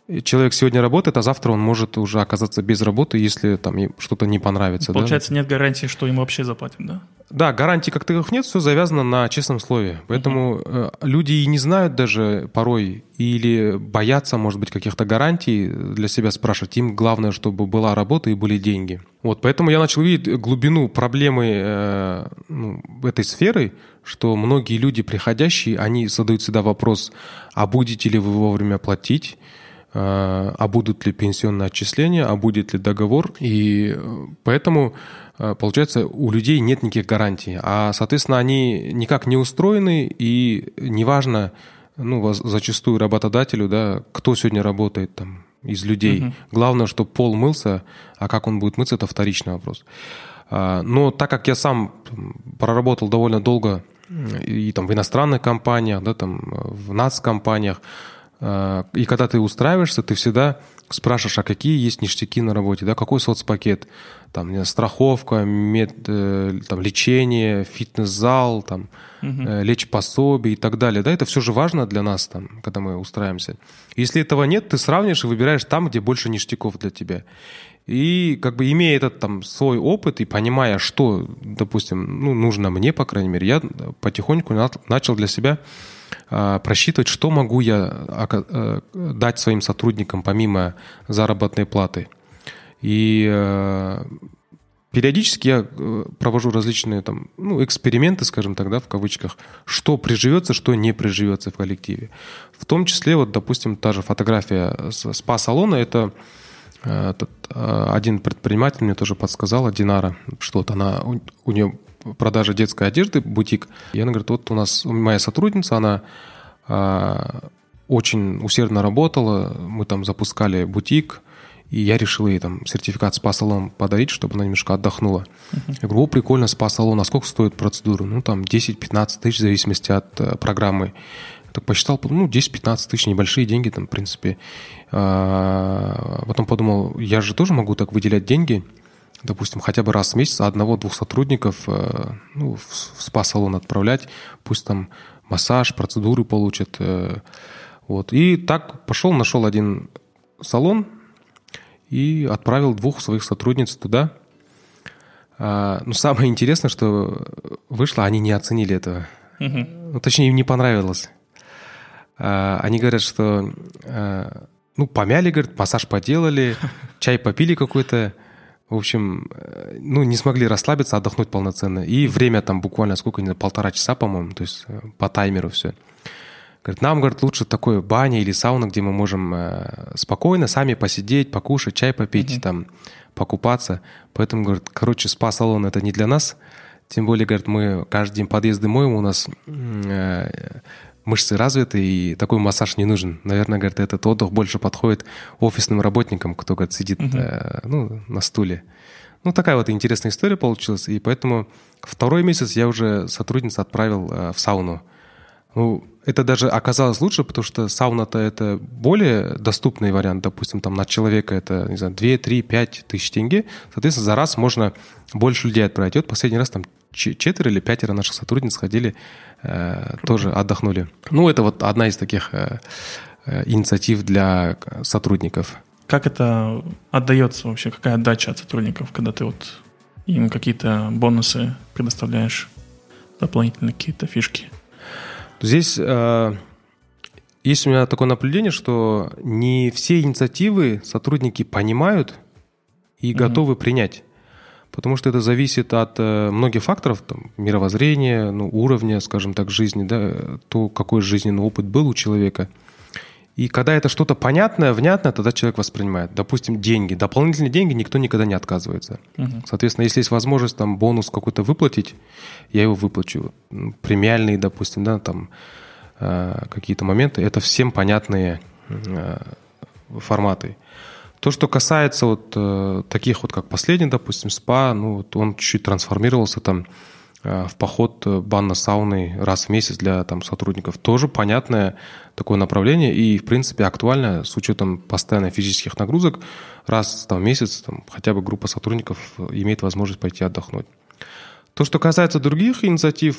человек сегодня работает, а завтра он может уже оказаться без работы, если там что-то не понравится. Получается, да? нет гарантии, что им вообще заплатят, да? Да, гарантий как таковых нет, все завязано на честном слове. Поэтому uh-huh. люди и не знают даже порой или боятся, может быть, каких-то гарантий для себя спрашивать. Им главное, чтобы была работа и были деньги. Вот, поэтому я начал видеть глубину проблемы э, ну, этой сферы, что многие люди приходящие, они задают всегда вопрос, а будете ли вы вовремя платить, а будут ли пенсионные отчисления, а будет ли договор. И поэтому, получается, у людей нет никаких гарантий. А, соответственно, они никак не устроены, и неважно, ну, зачастую работодателю, да, кто сегодня работает там из людей. Угу. Главное, чтобы пол мылся, а как он будет мыться, это вторичный вопрос. Но так как я сам проработал довольно долго и там в иностранных компаниях, да, там, в нацкомпаниях, и когда ты устраиваешься, ты всегда спрашиваешь, а какие есть ништяки на работе, да, какой соцпакет, там, страховка, мед, там, лечение, фитнес-зал, там, uh-huh. лечпособие и так далее. Да, это все же важно для нас, там, когда мы устраиваемся. Если этого нет, ты сравнишь и выбираешь там, где больше ништяков для тебя. И как бы имея этот там свой опыт и понимая, что, допустим, ну, нужно мне, по крайней мере, я потихоньку начал для себя просчитывать, что могу я дать своим сотрудникам помимо заработной платы. И периодически я провожу различные там, ну, эксперименты, скажем так, да, в кавычках, что приживется, что не приживется в коллективе. В том числе, вот, допустим, та же фотография спа-салона, это один предприниматель мне тоже подсказала, Динара, что вот она, у, у нее продажа детской одежды, бутик. И она говорит, вот у нас моя сотрудница, она а, очень усердно работала, мы там запускали бутик, и я решил ей там сертификат спа-салон подарить, чтобы она немножко отдохнула. Uh-huh. Я говорю, о, прикольно, спа-салон, а сколько стоит процедура? Ну, там десять-пятнадцать тысяч в зависимости от а, программы. Я так посчитал, ну, десять-пятнадцать тысяч, небольшие деньги там, в принципе. А, потом подумал, я же тоже могу так выделять деньги, допустим, хотя бы раз в месяц одного-двух сотрудников ну, в спа-салон отправлять, пусть там массаж, процедуры получат. Вот. И так пошел, нашел один салон и отправил двух своих сотрудниц туда. Но самое интересное, что вышло, они не оценили этого. Uh-huh. Ну, точнее, им не понравилось. Они говорят, что ну, помяли, говорят, массаж поделали, чай попили какой-то. В общем, ну, не смогли расслабиться, отдохнуть полноценно. И время там буквально сколько, не знаю, полтора часа, по-моему, то есть по таймеру все. Говорит, нам, говорит, лучше такое баня или сауна, где мы можем э, спокойно сами посидеть, покушать, чай попить, mm-hmm. там, покупаться. Поэтому, говорит, короче, спа-салон это не для нас. Тем более, говорит, мы каждый день подъезды моем, у нас э, мышцы развиты, и такой массаж не нужен. Наверное, говорит, этот отдых больше подходит офисным работникам, кто, говорит, сидит uh-huh. э, ну, на стуле. Ну, такая вот интересная история получилась. И поэтому второй месяц я уже сотрудницу отправил э, в сауну. Ну, это даже оказалось лучше, потому что сауна-то это более доступный вариант. Допустим, там на человека это, не знаю, два, три, пять тысяч тенге. Соответственно, за раз можно больше людей отправить. И вот последний раз там четверо или пятеро наших сотрудниц ходили, э, тоже отдохнули. Ну, это вот одна из таких э, э, инициатив для сотрудников. Как это отдается вообще? Какая отдача от сотрудников, когда ты вот им какие-то бонусы предоставляешь, дополнительные какие-то фишки? Здесь э, есть у меня такое наблюдение, что не все инициативы сотрудники понимают и mm-hmm. готовы принять. Потому что это зависит от э, многих факторов, там, мировоззрения, ну, уровня, скажем так, жизни, да, то, какой жизненный опыт был у человека. И когда это что-то понятное, внятное, тогда человек воспринимает. Допустим, деньги. Дополнительные деньги никто никогда не отказывается. Uh-huh. Соответственно, если есть возможность там бонус какой-то выплатить, я его выплачу. Премиальные, допустим, да, там э, какие-то моменты. Это всем понятные э, форматы. То, что касается вот э, таких вот, как последний, допустим, спа, ну, вот он чуть-чуть трансформировался там э, в поход банно-сауны раз в месяц для там сотрудников. Тоже понятное такое направление и, в принципе, актуально с учетом постоянных физических нагрузок. Раз там, в месяц там, хотя бы группа сотрудников имеет возможность пойти отдохнуть. То, что касается других инициатив,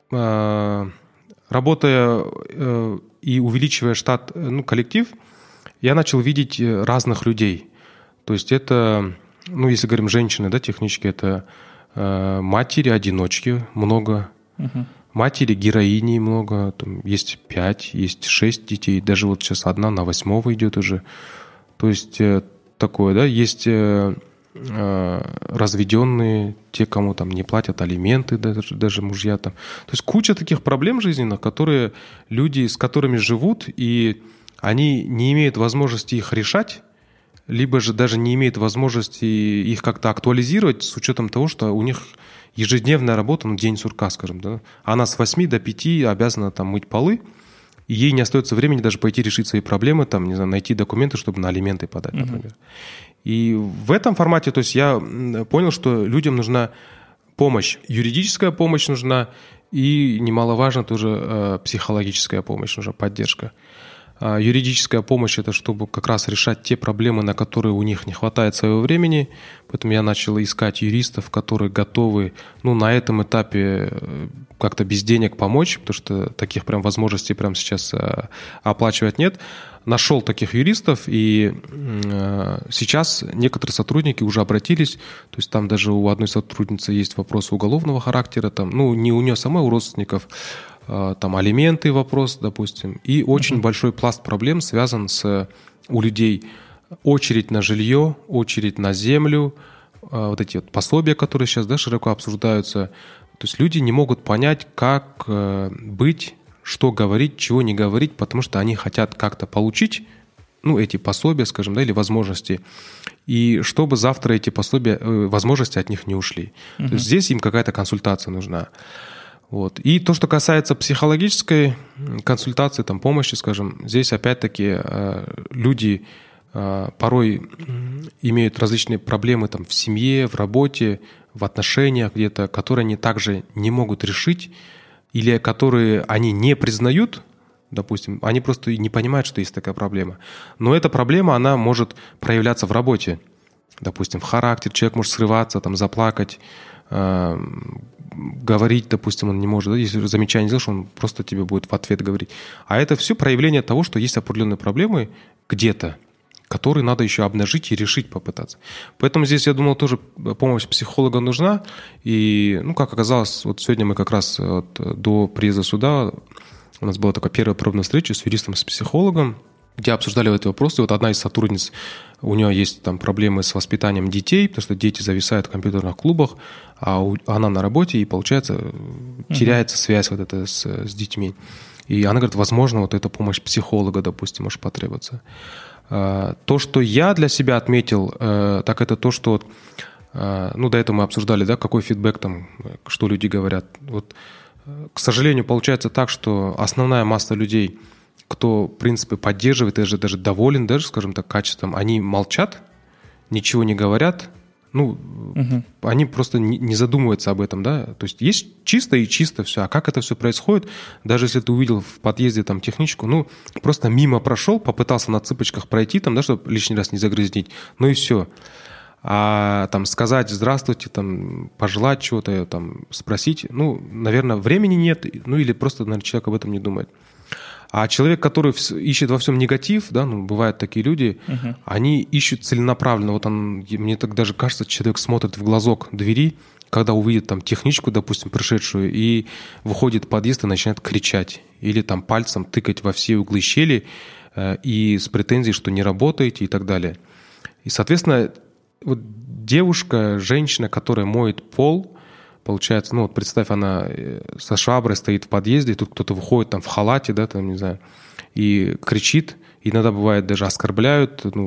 э, работая э, и увеличивая штат, ну, коллектив, я начал видеть разных людей. То есть это, ну, если говорим женщины, да, технически, это э, матери-одиночки много, uh-huh. матери-героини много, там есть пять, есть шесть детей, даже вот сейчас одна на восьмого идет уже. То есть э, такое, да, есть э, э, разведенные, те, кому там не платят алименты, даже, даже мужья там. То есть куча таких проблем жизненных, которые люди, с которыми живут, и они не имеют возможности их решать, либо же даже не имеют возможности их как-то актуализировать с учетом того, что у них ежедневная работа, ну, день сурка, скажем, да. Она с восьми до пяти обязана там мыть полы, и ей не остается времени даже пойти решить свои проблемы, там, не знаю, найти документы, чтобы на алименты подать, например. Uh-huh. И в этом формате, то есть я понял, что людям нужна помощь, юридическая помощь нужна, и немаловажно тоже э, психологическая помощь нужна, поддержка. А юридическая помощь – это чтобы как раз решать те проблемы, на которые у них не хватает своего времени. Поэтому я начал искать юристов, которые готовы, ну, на этом этапе как-то без денег помочь, потому что таких прям возможностей прямо сейчас оплачивать нет. Нашел таких юристов, и сейчас некоторые сотрудники уже обратились, то есть там даже у одной сотрудницы есть вопросы уголовного характера, там, ну, не у нее самой, у родственников, там алименты вопрос, допустим, и очень uh-huh. большой пласт проблем связан с у людей очередь на жилье, очередь на землю, вот эти вот пособия, которые сейчас, да, широко обсуждаются. То есть люди не могут понять, как быть, что говорить, чего не говорить, потому что они хотят как-то получить, ну, эти пособия, скажем, да, или возможности, и чтобы завтра эти пособия, возможности от них не ушли. Uh-huh. То есть здесь им какая-то консультация нужна. Вот. И то, что касается психологической консультации, там, помощи, скажем, здесь опять-таки люди порой имеют различные проблемы там, в семье, в работе, в отношениях где-то, которые они также не могут решить или которые они не признают, допустим, они просто не понимают, что есть такая проблема. Но эта проблема, она может проявляться в работе. Допустим, в характере, человек может срываться, там, заплакать, говорить, допустим, он не может, да, если замечание сделаешь, он просто тебе будет в ответ говорить. А это все проявление того, что есть определенные проблемы где-то, которые надо еще обнажить и решить попытаться. Поэтому здесь, я думал, тоже помощь психолога нужна. И, ну, как оказалось, вот сегодня мы как раз вот до приезда сюда, у нас была такая первая пробная встреча с юристом, с психологом, где обсуждали эти вопросы. Вот одна из сотрудниц, у нее есть там проблемы с воспитанием детей, потому что дети зависают в компьютерных клубах, а у, она на работе, и, получается, uh-huh. теряется связь вот эта с, с детьми. И она говорит, возможно, вот эта помощь психолога, допустим, может потребоваться. То, что я для себя отметил, так это то, что, ну, до этого мы обсуждали, да, какой фидбэк там, что люди говорят. Вот, к сожалению, получается так, что основная масса людей, кто, в принципе, поддерживает, даже, даже доволен, даже, скажем так, качеством, они молчат, ничего не говорят, ну, угу. они просто не, не задумываются об этом, да, то есть есть чисто и чисто все, а как это все происходит, даже если ты увидел в подъезде там техничку, ну, просто мимо прошел, попытался на цыпочках пройти, там, да, чтобы лишний раз не загрязнить, ну и все. А там сказать здравствуйте, там, пожелать чего-то, там, спросить, ну, наверное, времени нет, ну, или просто, наверное, человек об этом не думает. А человек, который ищет во всем негатив, да, ну, бывают такие люди, uh-huh. они ищут целенаправленно. Вот он, мне так даже кажется, человек смотрит в глазок двери, когда увидит там техничку, допустим, пришедшую, и выходит в подъезд и начинает кричать. Или там пальцем тыкать во все углы щели э, и с претензией, что не работаете и так далее. И, соответственно, вот девушка, женщина, которая моет пол, получается, ну вот представь, она со шваброй стоит в подъезде, и тут кто-то выходит там в халате, да, там, не знаю, и кричит, иногда бывает даже оскорбляют, ну,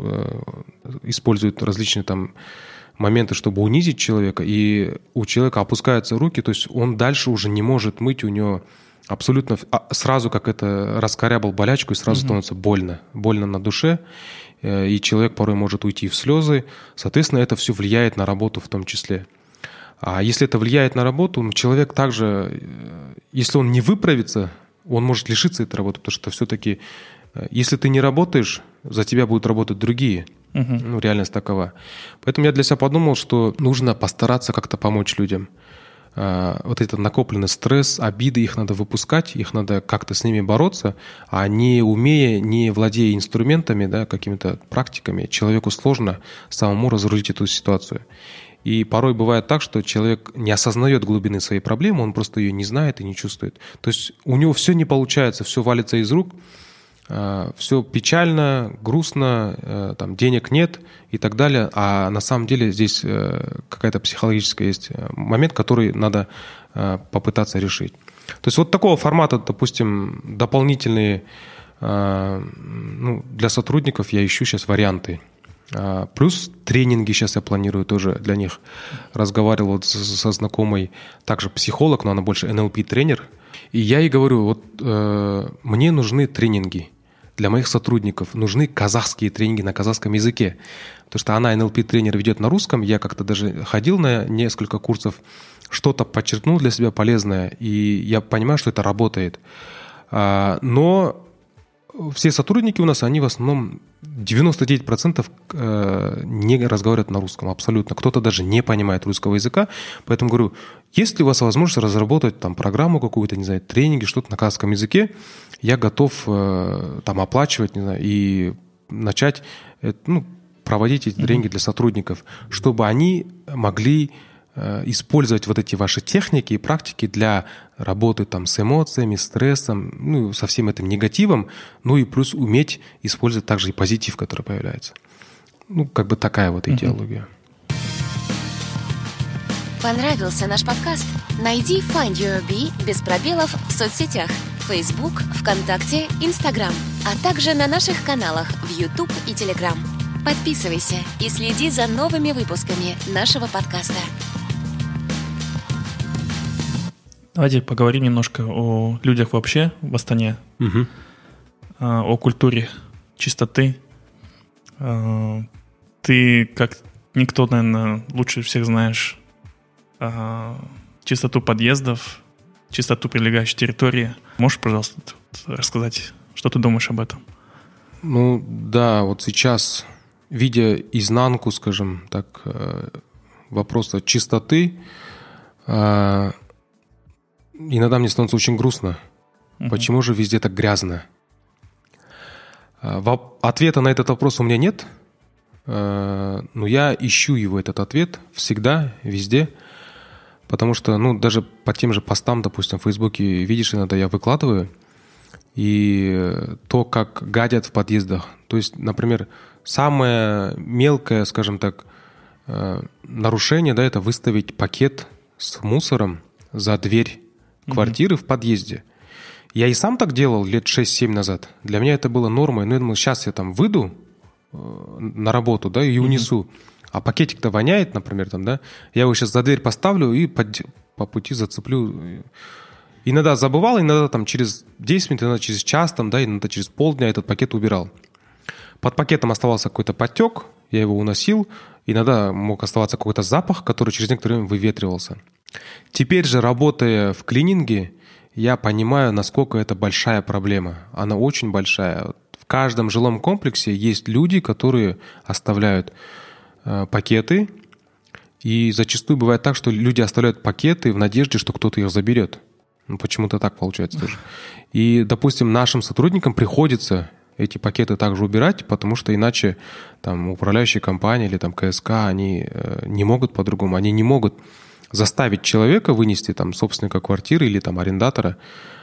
используют различные там моменты, чтобы унизить человека, и у человека опускаются руки, то есть он дальше уже не может мыть, у него абсолютно сразу как это раскорябал болячку, и сразу mm-hmm. становится больно, больно на душе, и человек порой может уйти в слезы, соответственно, это все влияет на работу в том числе. А если это влияет на работу, ну, человек также, если он не выправится, он может лишиться этой работы, потому что все-таки, если ты не работаешь, за тебя будут работать другие. Uh-huh. Ну, реальность такова. Поэтому я для себя подумал, что нужно постараться как-то помочь людям. вот этот накопленный стресс, обиды, их надо выпускать, их надо как-то с ними бороться, а не умея, не владея инструментами, да, какими-то практиками, человеку сложно самому разрулить эту ситуацию. И порой бывает так, что человек не осознает глубины своей проблемы, он просто ее не знает и не чувствует. То есть у него все не получается, все валится из рук, все печально, грустно, там, денег нет и так далее. А на самом деле здесь какая-то психологическая есть момент, который надо попытаться решить. То есть вот такого формата, допустим, дополнительные, ну, для сотрудников я ищу сейчас варианты. Плюс тренинги сейчас я планирую тоже для них. Разговаривал вот со знакомой, также психолог, но она больше эн эл пи-тренер. И я ей говорю, вот э, мне нужны тренинги для моих сотрудников, нужны казахские тренинги на казахском языке. Потому что она эн эл пи-тренер ведет на русском, я как-то даже ходил на несколько курсов, что-то подчеркнул для себя полезное, и я понимаю, что это работает. А, но все сотрудники у нас, они в основном девяносто девять процентов не разговаривают на русском абсолютно. Кто-то даже не понимает русского языка. Поэтому говорю, есть ли у вас возможность разработать там программу какую-то, не знаю, тренинги, что-то на казахском языке, я готов там оплачивать, не знаю, и начать, ну, проводить эти тренинги для сотрудников, чтобы они могли использовать вот эти ваши техники и практики для работы там с эмоциями, стрессом, ну, со всем этим негативом, ну и плюс уметь использовать также и позитив, который появляется. Ну, как бы такая вот идеология. Понравился наш подкаст? Найди Find Your Bee без пробелов в соцсетях Facebook, ВКонтакте, Instagram, а также на наших каналах в YouTube и Telegram. Подписывайся и следи за новыми выпусками нашего подкаста. Давайте поговорим немножко о людях вообще в Астане, угу. о культуре чистоты. Ты, как никто, наверное, лучше всех знаешь чистоту подъездов, чистоту прилегающей территории. Можешь, пожалуйста, рассказать, что ты думаешь об этом? Ну да, вот сейчас, видя изнанку, скажем так, вопроса чистоты, иногда мне становится очень грустно. Uh-huh. Почему же везде так грязно? Ответа на этот вопрос у меня нет, но я ищу его, этот ответ, всегда, везде. Потому что, ну, даже по тем же постам, допустим, в Фейсбуке, видишь, иногда я выкладываю, и то, как гадят в подъездах. То есть, например, самое мелкое, скажем так, нарушение, да, это выставить пакет с мусором за дверь квартиры mm-hmm. в подъезде. Я и сам так делал лет шесть-семь назад. Для меня это было нормой. Но я думал, сейчас я там выйду на работу, да, и унесу. Mm-hmm. А пакетик-то воняет, например, там, да. Я его сейчас за дверь поставлю и по, по пути зацеплю. Иногда забывал, иногда там через десять минут, иногда через час, там, да, иногда через полдня этот пакет убирал. Под пакетом оставался какой-то подтек, я его уносил. Иногда мог оставаться какой-то запах, который через некоторое время выветривался. Теперь же, работая в клининге, я понимаю, насколько это большая проблема. Она очень большая. В каждом жилом комплексе есть люди, которые оставляют э, пакеты. И зачастую бывает так, что люди оставляют пакеты в надежде, что кто-то их заберет. Ну, почему-то так получается тоже. И, допустим, нашим сотрудникам приходится эти пакеты также убирать, потому что иначе там управляющие компании или там ка эс ка, они э, не могут по-другому. Они не могут заставить человека вынести там собственника квартиры или там арендатора,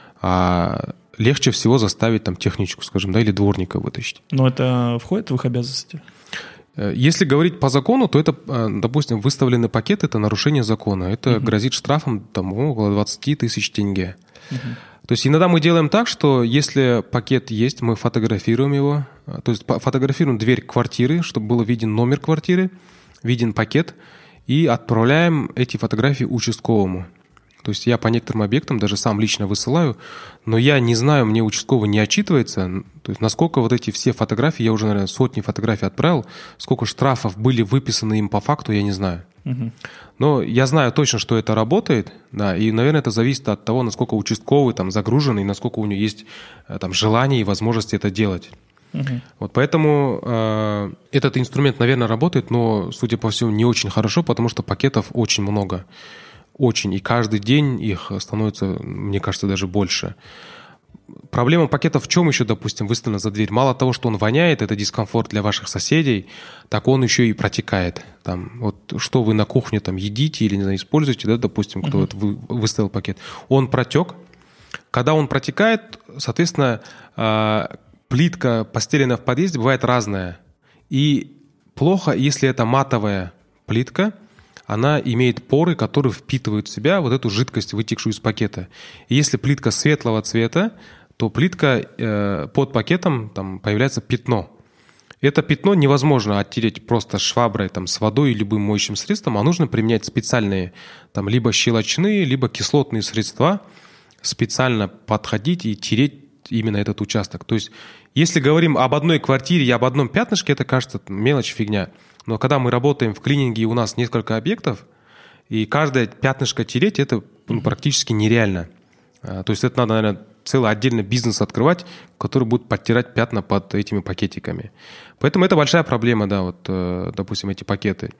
а легче всего заставить там техничку, скажем, да, или дворника вытащить. Но это входит в их обязанности? Если говорить по закону, то это, допустим, выставленный пакет – это нарушение закона. Это uh-huh. грозит штрафом там, около двадцать тысяч тенге. Uh-huh. То есть иногда мы делаем так, что если пакет есть, мы фотографируем его, то есть фотографируем дверь квартиры, чтобы был виден номер квартиры, виден пакет, и отправляем эти фотографии участковому. То есть я по некоторым объектам даже сам лично высылаю, но я не знаю, мне участковый не отчитывается, то есть насколько вот эти все фотографии, я уже, наверное, сотни фотографий отправил, сколько штрафов были выписаны им по факту, я не знаю. Угу. Но я знаю точно, что это работает, да, и, наверное, это зависит от того, насколько участковый там загружен и насколько у него есть там желание и возможность это делать. Uh-huh. Вот поэтому э, этот инструмент, наверное, работает, но, судя по всему, не очень хорошо, потому что пакетов очень много. очень, и каждый день их становится, мне кажется, даже больше. Проблема пакетов в чем еще, допустим, выставлена за дверь? Мало того, что он воняет, это дискомфорт для ваших соседей, так он еще и протекает. Там, вот, что вы на кухне там, едите или, не знаю, используете, да, допустим, кто uh-huh. вот вы, выставил пакет, он протек. Когда он протекает, соответственно, плитка, постеленная в подъезде, бывает разная. И плохо, если это матовая плитка, она имеет поры, которые впитывают в себя вот эту жидкость, вытекшую из пакета. И если плитка светлого цвета, то плитка э, под пакетом там появляется пятно. Это пятно невозможно оттереть просто шваброй там, с водой и любым моющим средством, а нужно применять специальные там, либо щелочные, либо кислотные средства, специально подходить и тереть именно этот участок. То есть, если говорим об одной квартире и об одном пятнышке, это кажется мелочь, фигня. Но когда мы работаем в клининге, и у нас несколько объектов, и каждое пятнышко тереть, это ну, практически нереально. То есть, это надо, наверное, целый отдельный бизнес открывать, который будет подтирать пятна под этими пакетиками. Поэтому это большая проблема, да, вот, допустим, эти пакеты.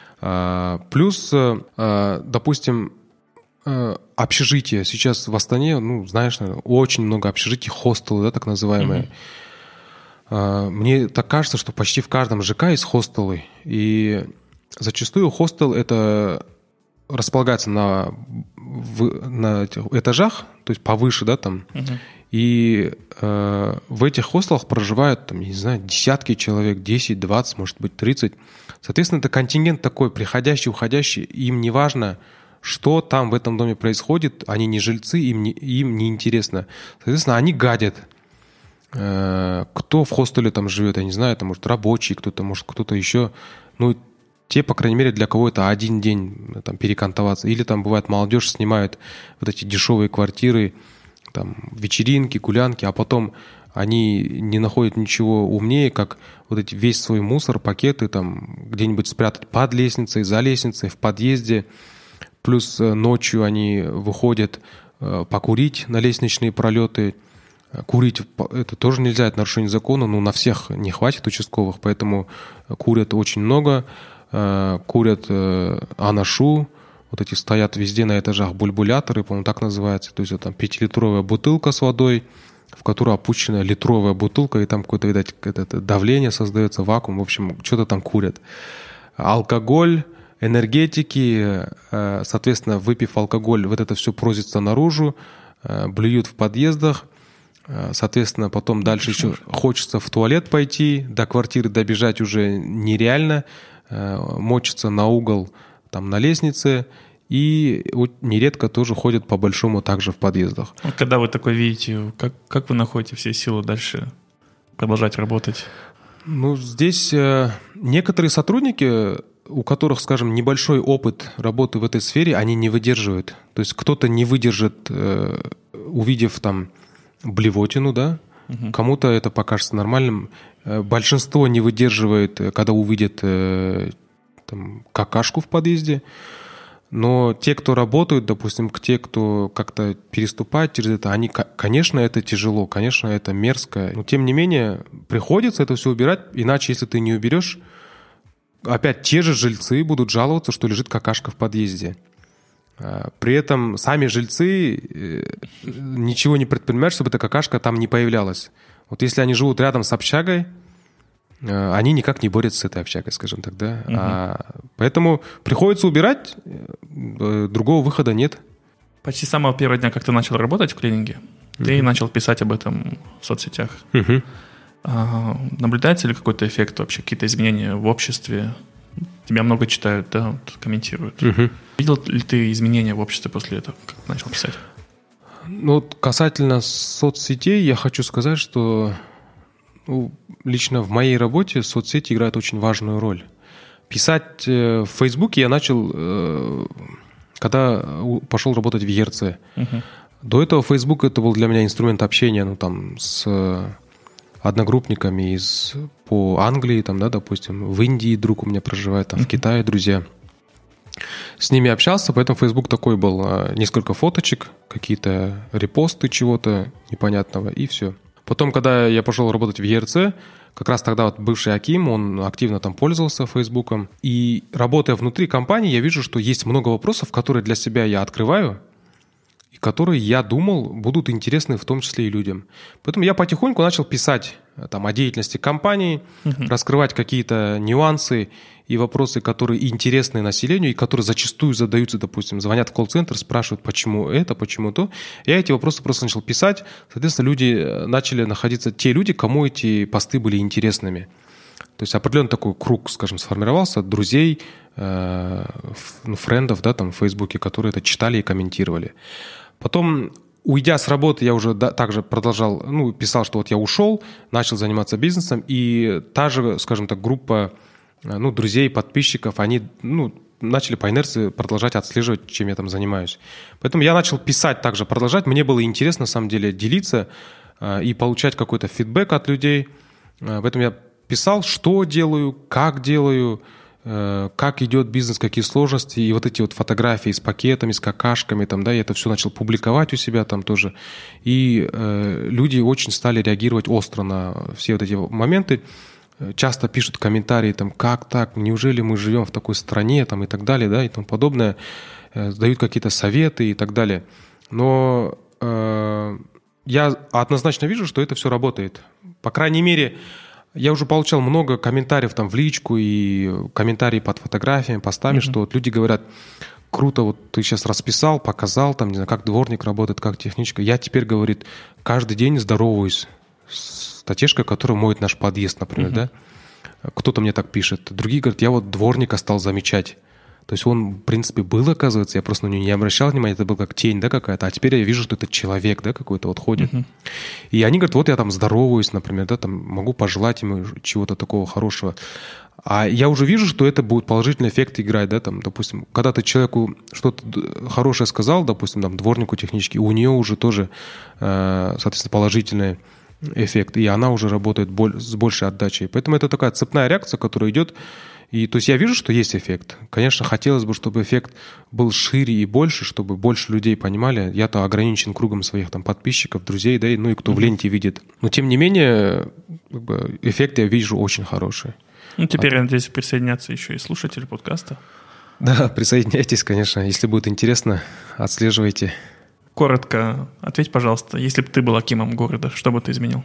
Плюс, допустим, общежитие. Сейчас в Астане, ну, знаешь, наверное, очень много общежитий, хостелы, да, так называемые. Mm-hmm. Мне так кажется, что почти в каждом ЖК есть хостелы. И зачастую хостел это располагается на, в, на этажах, то есть повыше, да, там. Uh-huh. И э, в этих хостелах проживают, там, не знаю, десятки человек, десять, двадцать, может быть, тридцать. Соответственно, это контингент такой, приходящий, уходящий. Им не важно, что там в этом доме происходит, они не жильцы, им не, им не интересно. Соответственно, они гадят. Э, кто в хостеле там живет, я не знаю, это может рабочий, кто-то, может, кто-то еще. Ну, те, по крайней мере, для кого это один день там, перекантоваться. Или там бывает молодежь снимает вот эти дешевые квартиры, там, вечеринки, гулянки, а потом они не находят ничего умнее, как вот эти весь свой мусор, пакеты там где-нибудь спрятать под лестницей, за лестницей, в подъезде. Плюс ночью они выходят э, покурить на лестничные пролеты. Курить это тоже нельзя, это нарушение закона, но на всех не хватит участковых, поэтому курят очень много. Курят э, анашу, вот эти стоят везде на этажах бульбуляторы, по-моему, так называется. То есть это там пятилитровая бутылка с водой, в которую опущена литровая бутылка, и там какое-то, видать, это давление создается, вакуум, в общем, что-то там курят. Алкоголь, энергетики, э, соответственно, выпив алкоголь, вот это все просится наружу, э, блюют в подъездах. Соответственно, потом дальше еще хочется в туалет пойти, до квартиры добежать уже нереально, мочится на угол там, на лестнице, и нередко тоже ходят по-большому также в подъездах. Когда вы такое видите, как, как вы находите все силы дальше продолжать работать? Ну, здесь э, некоторые сотрудники, у которых, скажем, небольшой опыт работы в этой сфере, они не выдерживают. То есть кто-то не выдержит, э, увидев там блевотину, да, угу. Кому-то это покажется нормальным. Большинство не выдерживает, когда увидят э, там, какашку в подъезде. Но те, кто работают, допустим, те, кто как-то переступает через это, они, конечно, это тяжело, конечно, это мерзко. Но тем не менее, приходится это все убирать, иначе, если ты не уберешь, опять те же жильцы будут жаловаться, что лежит какашка в подъезде. При этом сами жильцы ничего не предпринимают, чтобы эта какашка там не появлялась. Вот если они живут рядом с общагой, они никак не борются с этой общагой, скажем так, да. Угу. А, поэтому приходится убирать, другого выхода нет. Почти с самого первого дня, как ты начал работать в клининге, угу. Ты начал писать об этом в соцсетях. Угу. А, наблюдается ли какой-то эффект вообще, какие-то изменения в обществе? Тебя много читают, да, вот, комментируют. Угу. Видел ли ты изменения в обществе после этого, как ты начал писать? Ну, касательно соцсетей, я хочу сказать, что ну, лично в моей работе соцсети играют очень важную роль. Писать в Фейсбуке я начал, когда пошел работать в и эр цэ. Угу. До этого Фейсбук это был для меня инструмент общения, ну, там, с одногруппниками из, по Англии, там, да, допустим, в Индии друг у меня проживает, там, в Китае друзья. С ними общался, поэтому Facebook такой был. Несколько фоточек, какие-то репосты чего-то непонятного, и все. Потом, когда я пошел работать в и эр цэ, как раз тогда вот бывший Аким, он активно там пользовался Фейсбуком. И работая внутри компании, я вижу, что есть много вопросов, которые для себя я открываю, и которые, я думал, будут интересны в том числе и людям. Поэтому я потихоньку начал писать там, о деятельности компании, uh-huh. раскрывать какие-то нюансы и вопросы, которые интересны населению, и которые зачастую задаются, допустим, звонят в колл-центр, спрашивают, почему это, почему то. Я эти вопросы просто начал писать. Соответственно, люди начали находиться, те люди, кому эти посты были интересными. То есть определенный такой круг, скажем, сформировался, друзей, э, френдов, да, там, в Фейсбуке, которые это читали и комментировали. Потом, уйдя с работы, я уже да, также продолжал, ну, писал, что вот я ушел, начал заниматься бизнесом, и та же, скажем так, группа, ну, друзей, подписчиков, они, ну, начали по инерции продолжать отслеживать, чем я там занимаюсь. Поэтому я начал писать также, продолжать. Мне было интересно, на самом деле, делиться э, и получать какой-то фидбэк от людей. Э, поэтому я писал, что делаю, как делаю, э, как идет бизнес, какие сложности. И вот эти вот фотографии с пакетами, с какашками, там, да, я это все начал публиковать у себя там тоже. И э, люди очень стали реагировать остро на все вот эти моменты. Часто пишут комментарии, там, как так, неужели мы живем в такой стране, там, и так далее, да, и тому подобное. Э, дают какие-то советы и так далее. Но э, я однозначно вижу, что это все работает. По крайней мере, я уже получал много комментариев там в личку и комментарии под фотографиями, постами, mm-hmm. что вот люди говорят, круто, вот ты сейчас расписал, показал, там, не знаю, как дворник работает, как техничка. Я теперь, говорит, каждый день здороваюсь с татешкой, которая моет наш подъезд, например, mm-hmm. да. Кто-то мне так пишет. Другие говорят, я вот дворника стал замечать. То есть он, в принципе, был, оказывается, я просто на него не обращал внимания, это был как тень, да, какая-то, а теперь я вижу, что это человек, да, какой-то вот ходит. Uh-huh. И они говорят, вот я там здороваюсь, например, да, там могу пожелать ему чего-то такого хорошего. А я уже вижу, что это будет положительный эффект играть, да, там, допустим, когда ты человеку что-то хорошее сказал, допустим, там, дворнику технически, у нее уже тоже, э, соответственно, положительный эффект, и она уже работает боль, с большей отдачей. Поэтому это такая цепная реакция, которая идет. И, то есть я вижу, что есть эффект. Конечно, хотелось бы, чтобы эффект был шире и больше, чтобы больше людей понимали. Я-то ограничен кругом своих там подписчиков, друзей, да, ну и кто mm-hmm. в ленте видит. Но тем не менее, как бы, эффект я вижу очень хороший. Ну, теперь, я надеюсь, присоединятся еще и слушатели подкаста. Да, присоединяйтесь, конечно. Если будет интересно, отслеживайте. Коротко ответь, пожалуйста, если бы ты был акимом города, что бы ты изменил?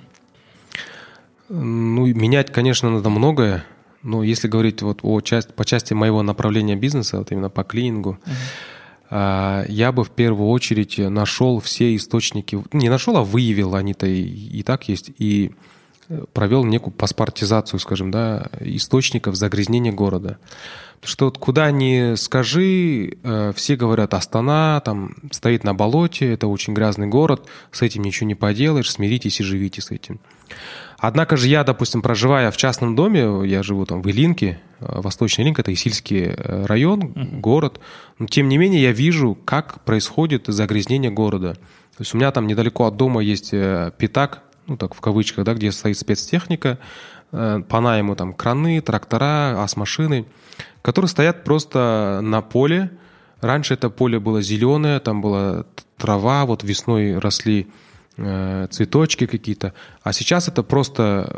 Ну, менять, конечно, надо многое. Но если говорить вот о части, по части моего направления бизнеса, вот именно по клинингу, uh-huh. я бы в первую очередь нашел все источники, не нашел, а выявил, они-то и, и так есть, и провел некую паспортизацию, скажем, да, источников загрязнения города. Что вот куда ни скажи, все говорят, Астана там стоит на болоте, это очень грязный город, с этим ничего не поделаешь, смиритесь и живите с этим. Однако же я, допустим, проживая в частном доме, я живу там в Илинке, Восточный Илинка, это Исильский район, uh-huh. город, но тем не менее я вижу, как происходит загрязнение города. То есть у меня там недалеко от дома есть пятак, ну так в кавычках, да, где стоит спецтехника, по найму там краны, трактора, АЗ-машины, которые стоят просто на поле. Раньше это поле было зеленое, там была трава, вот весной росли цветочки какие-то, а сейчас это просто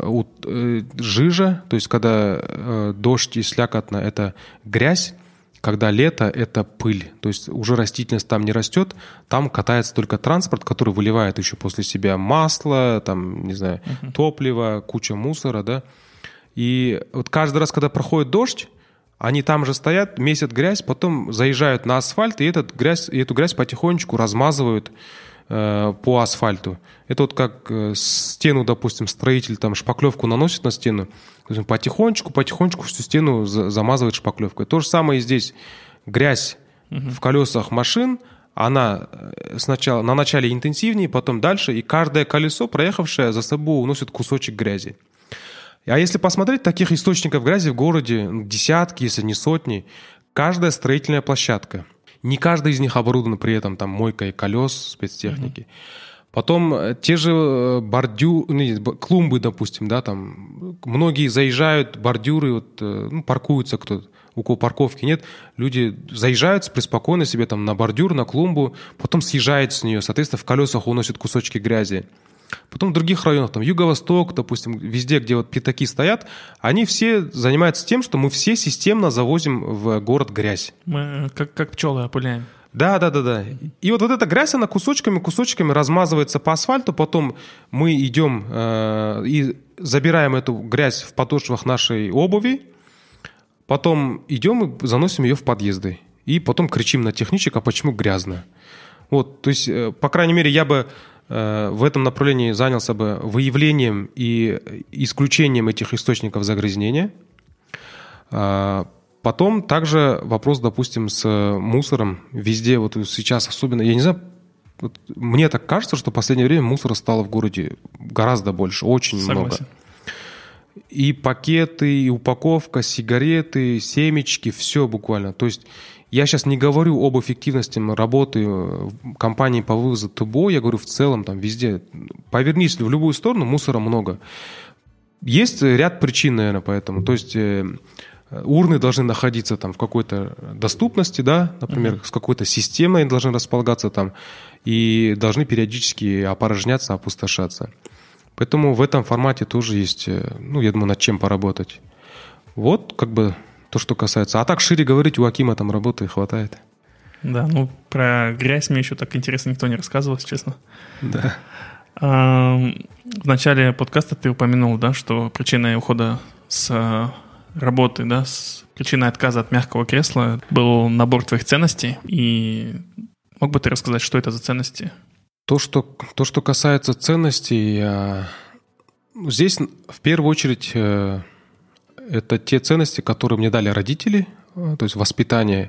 жижа, то есть когда дождь и слякотно, это грязь, когда лето, это пыль, то есть уже растительность там не растет, там катается только транспорт, который выливает еще после себя масло, там, не знаю, uh-huh. топливо, куча мусора, да, и вот каждый раз, когда проходит дождь, они там же стоят, месят грязь, потом заезжают на асфальт, и, этот грязь, и эту грязь потихонечку размазывают по асфальту. Это вот как стену, допустим, строитель там шпаклевку наносит на стену, потихонечку, потихонечку всю стену замазывает шпаклевкой. То же самое и здесь. Грязь угу. в колесах машин, она сначала на начале интенсивнее, потом дальше, и каждое колесо, проехавшее, за собой уносит кусочек грязи. А если посмотреть, таких источников грязи в городе десятки, если не сотни, каждая строительная площадка. Не каждый из них оборудован при этом там мойкой колес, спецтехники. Mm-hmm. Потом те же бордюры, клумбы, допустим, да, там многие заезжают, бордюры, вот, ну, паркуются кто-то, у кого парковки нет, люди заезжают преспокойно себе там на бордюр, на клумбу, потом съезжают с нее, соответственно, в колесах уносят кусочки грязи. Потом в других районах, там Юго-Восток, допустим, везде, где вот пятаки стоят, они все занимаются тем, что мы все системно завозим в город грязь. Мы как, как пчелы опыляем. Да, да, да, да. И вот, вот эта грязь, она кусочками, кусочками размазывается по асфальту, потом мы идем э, и забираем эту грязь в подошвах нашей обуви, потом идем и заносим ее в подъезды. И потом кричим на техничек, а почему грязно. Вот, то есть, э, по крайней мере, я бы э, в этом направлении занялся бы выявлением и исключением этих источников загрязнения. А, Потом также вопрос, допустим, с мусором. Везде вот сейчас особенно, я не знаю, вот мне так кажется, что в последнее время мусора стало в городе гораздо больше, очень Согласен. много. И пакеты, и упаковка, сигареты, семечки, все буквально. То есть я сейчас не говорю об эффективности работы компании по вывозу ТБО, я говорю в целом там везде. Повернись в любую сторону, мусора много. Есть ряд причин, наверное, поэтому. То есть урны должны находиться там в какой-то доступности, да, например, uh-huh. с какой-то системой должны располагаться там и должны периодически опорожняться, опустошаться. Поэтому в этом формате тоже есть, ну, я думаю, над чем поработать. Вот как бы то, что касается. А так шире говорить, у Акима там работы хватает. Да, ну про грязь мне еще так интересно никто не рассказывал, если честно. Да. А, в начале подкаста ты упомянул, да, что причиной ухода с работы, да, с причиной отказа от мягкого кресла был набор твоих ценностей. И мог бы ты рассказать, что это за ценности? То, что, то, что касается ценностей, здесь в первую очередь это те ценности, которые мне дали родители, то есть воспитание,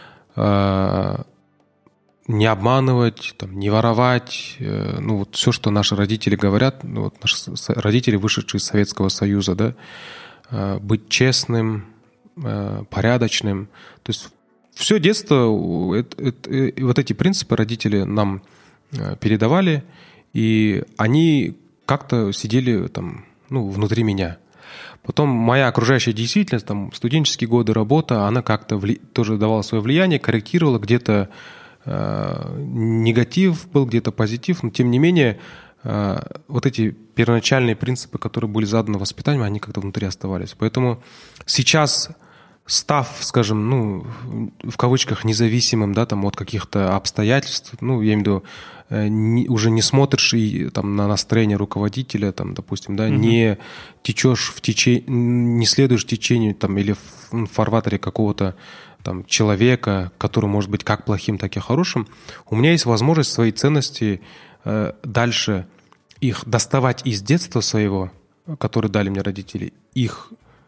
не обманывать, там, не воровать, ну вот все, что наши родители говорят, ну, вот наши родители, вышедшие из Советского Союза, да, быть честным, порядочным. То есть все детство это, это, вот эти принципы родители нам передавали, и они как-то сидели там, ну, внутри меня. Потом моя окружающая действительность, там, студенческие годы, работа, она как-то вли... тоже давала свое влияние, корректировала, где-то э, негатив был, где-то позитив, но тем не менее вот эти первоначальные принципы, которые были заданы воспитанием, они как-то внутри оставались. Поэтому сейчас, став, скажем, ну, в кавычках, независимым, да, там, от каких-то обстоятельств, ну, я имею в виду, не, уже не смотришь и, там, на настроение руководителя, там, допустим, да, mm-hmm. не течешь в течение, не следуешь течению там, или в фарватере какого-то там, человека, который может быть как плохим, так и хорошим, у меня есть возможность свои ценности дальше их доставать из детства своего, которые дали мне родители, их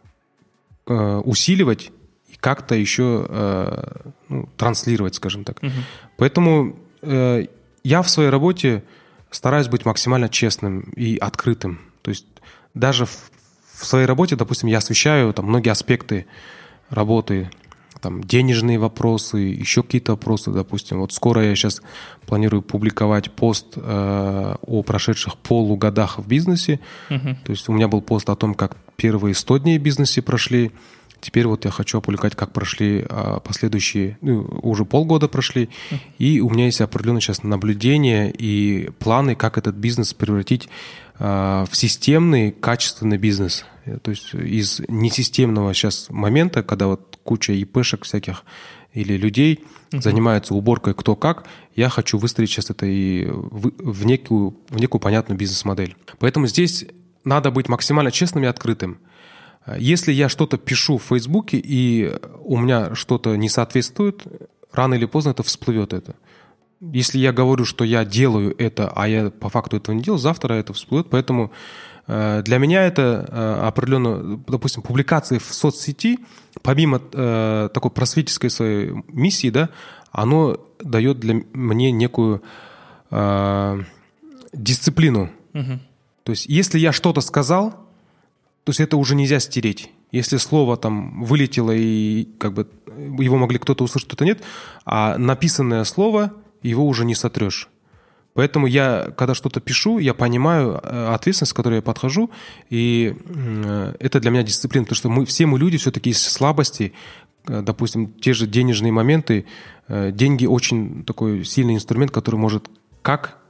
э, усиливать и как-то еще э, ну, транслировать, скажем так. Угу. Поэтому э, я в своей работе стараюсь быть максимально честным и открытым. То есть даже в, в своей работе, допустим, я освещаю там, многие аспекты работы, там, денежные вопросы, еще какие-то вопросы, допустим. Вот скоро я сейчас планирую публиковать пост э, о прошедших полугодах в бизнесе. Uh-huh. То есть у меня был пост о том, как первые сто дней в бизнесе прошли. Теперь вот я хочу опубликовать, как прошли э, последующие, ну, уже полгода прошли. Uh-huh. И у меня есть определенное сейчас наблюдение и планы, как этот бизнес превратить э, в системный, качественный бизнес. То есть из несистемного сейчас момента, когда вот куча ИПшек всяких или людей uh-huh. занимаются уборкой кто как, я хочу выстроить сейчас это и в, в, некую, в некую понятную бизнес-модель. Поэтому здесь надо быть максимально честным и открытым. Если я что-то пишу в Фейсбуке, и у меня что-то не соответствует, рано или поздно это всплывет. Это. Если я говорю, что я делаю это, а я по факту этого не делаю, завтра это всплывет. Поэтому для меня это определенно, допустим, публикации в соцсети, помимо э, такой просветительской своей миссии, да, оно дает для мне некую э, дисциплину. Uh-huh. То есть, если я что-то сказал, то есть это уже нельзя стереть. Если слово там вылетело и как бы его могли кто-то услышать, кто-то нет, а написанное слово его уже не сотрешь. Поэтому я, когда что-то пишу, я понимаю ответственность, к которой я подхожу, и это для меня дисциплина, потому что мы, все мы люди, все-таки есть слабости, допустим, те же денежные моменты. Деньги очень такой сильный инструмент, который может как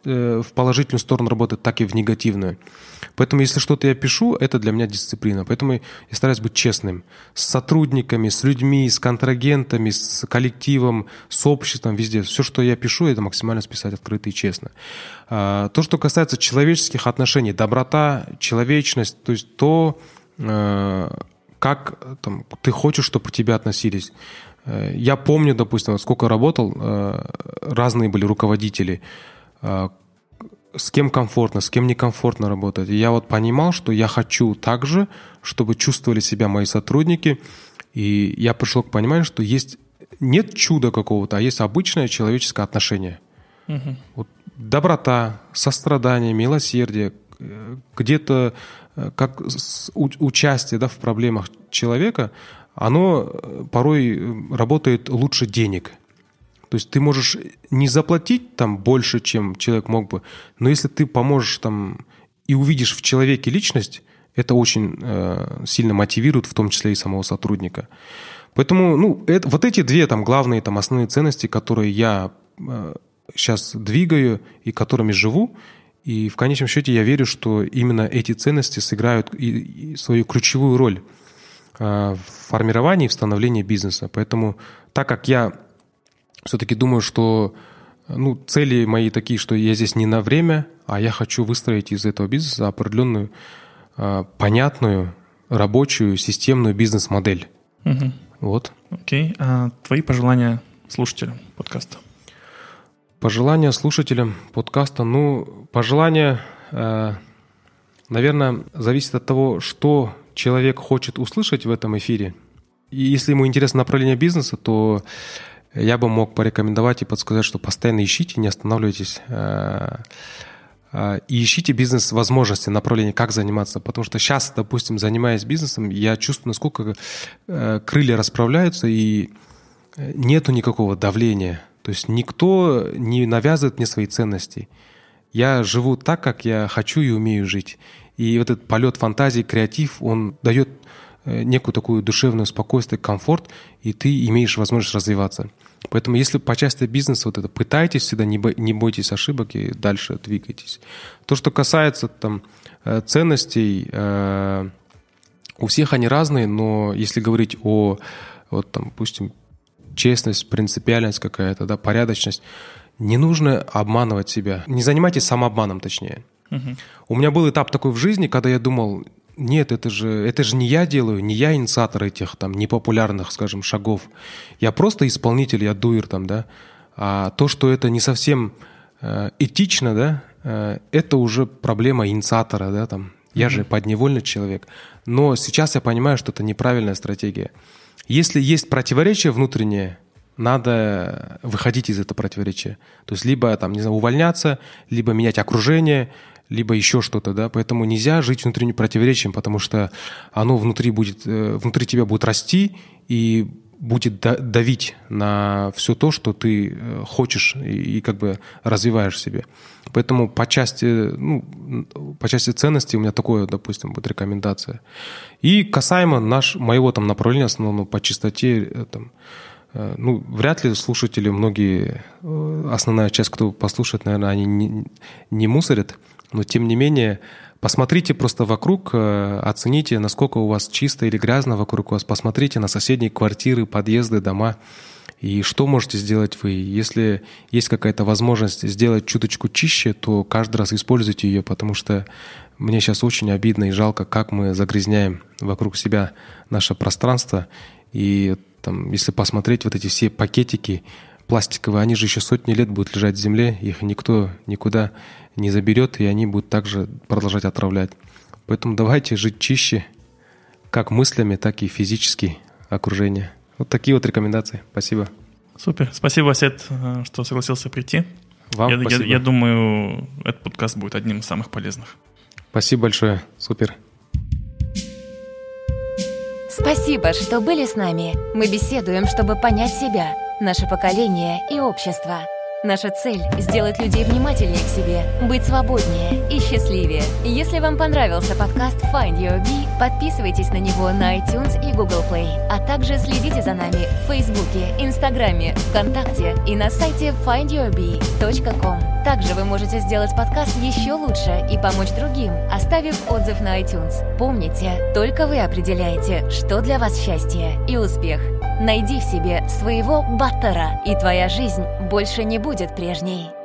в положительную сторону работать, так и в негативную. Поэтому, если что-то я пишу, это для меня дисциплина. Поэтому я стараюсь быть честным с сотрудниками, с людьми, с контрагентами, с коллективом, с обществом, везде. Все, что я пишу, это максимально списать открыто и честно. То, что касается человеческих отношений, доброта, человечность, то есть то, как там, ты хочешь, чтобы к тебе относились. Я помню, допустим, сколько работал, разные были руководители, с кем комфортно, с кем некомфортно работать. И я вот понимал, что я хочу так же, чтобы чувствовали себя мои сотрудники. И я пришел к пониманию, что есть нет чуда какого-то, а есть обычное человеческое отношение. Угу. Вот доброта, сострадание, милосердие, где-то как участие, да, в проблемах человека, оно порой работает лучше денег. То есть ты можешь не заплатить там больше, чем человек мог бы, но если ты поможешь там и увидишь в человеке личность, это очень э, сильно мотивирует, в том числе и самого сотрудника. Поэтому ну, это, вот эти две там, главные там, основные ценности, которые я э, сейчас двигаю и которыми живу, и в конечном счете я верю, что именно эти ценности сыграют и, и свою ключевую роль э, в формировании и в становлении бизнеса. Поэтому так как я все-таки думаю, что ну, цели мои такие, что я здесь не на время, а я хочу выстроить из этого бизнеса определенную э, понятную, рабочую, системную бизнес-модель. Угу. Вот. Окей. А твои пожелания слушателям подкаста? Пожелания слушателям подкаста? Ну, пожелания, э, наверное, зависит от того, что человек хочет услышать в этом эфире. И если ему интересно направление бизнеса, то я бы мог порекомендовать и подсказать, что постоянно ищите, не останавливайтесь. И ищите бизнес-возможности, направления, как заниматься. Потому что сейчас, допустим, занимаясь бизнесом, я чувствую, насколько крылья расправляются, и нету никакого давления. То есть никто не навязывает мне свои ценности. Я живу так, как я хочу и умею жить. И вот этот полет фантазии, креатив, он дает некую такую душевную спокойствие, комфорт, и ты имеешь возможность развиваться. Поэтому если по части бизнеса вот это, пытайтесь всегда, не, бо, не бойтесь ошибок и дальше двигайтесь. То, что касается там, ценностей, э, у всех они разные, но если говорить о, вот, там, допустим, честность, принципиальность какая-то, да, порядочность, не нужно обманывать себя. Не занимайтесь самообманом, точнее. Угу. У меня был этап такой в жизни, когда я думал, нет, это же, это же не я делаю, не я инициатор этих там непопулярных, скажем, шагов. Я просто исполнитель, я дуэр там, да. А то, что это не совсем э, этично, да, э, это уже проблема инициатора, да, там. Я mm-hmm. же подневольный человек. Но сейчас я понимаю, что это неправильная стратегия. Если есть противоречие внутреннее, надо выходить из этого противоречия. То есть либо там, не знаю, увольняться, либо менять окружение, либо еще что-то, да, поэтому нельзя жить внутренним противоречием, потому что оно внутри будет, внутри тебя будет расти и будет давить на все то, что ты хочешь и, и как бы развиваешь в себе. Поэтому по части, ну, по части ценностей у меня такое, допустим, будет рекомендация. И касаемо наш, моего там направления основного по чистоте, там, ну, вряд ли слушатели, многие, основная часть, кто послушает, наверное, они не, не мусорят. Но, тем не менее, посмотрите просто вокруг, оцените, насколько у вас чисто или грязно вокруг вас. Посмотрите на соседние квартиры, подъезды, дома. И что можете сделать вы? Если есть какая-то возможность сделать чуточку чище, то каждый раз используйте ее, потому что мне сейчас очень обидно и жалко, как мы загрязняем вокруг себя наше пространство. И там, если посмотреть вот эти все пакетики пластиковые, они же еще сотни лет будут лежать в земле, их никто никуда не заберет, и они будут также продолжать отравлять. Поэтому давайте жить чище, как мыслями, так и физически окружение. Вот такие вот рекомендации. Спасибо. Супер. Спасибо, Асет, что согласился прийти. Вам я, спасибо. Я, я думаю, этот подкаст будет одним из самых полезных. Спасибо большое. Супер. Спасибо, что были с нами. Мы беседуем, чтобы понять себя, наше поколение и общество. Наша цель – сделать людей внимательнее к себе, быть свободнее и счастливее. Если вам понравился подкаст Find Your Bee, подписывайтесь на него на iTunes и Google Play, а также следите за нами в Фейсбуке, Инстаграме, ВКонтакте и на сайте файнд юр би точка ком. Также вы можете сделать подкаст еще лучше и помочь другим, оставив отзыв на iTunes. Помните, только вы определяете, что для вас счастье и успех. Найди в себе своего баттера, и твоя жизнь больше не будет прежней.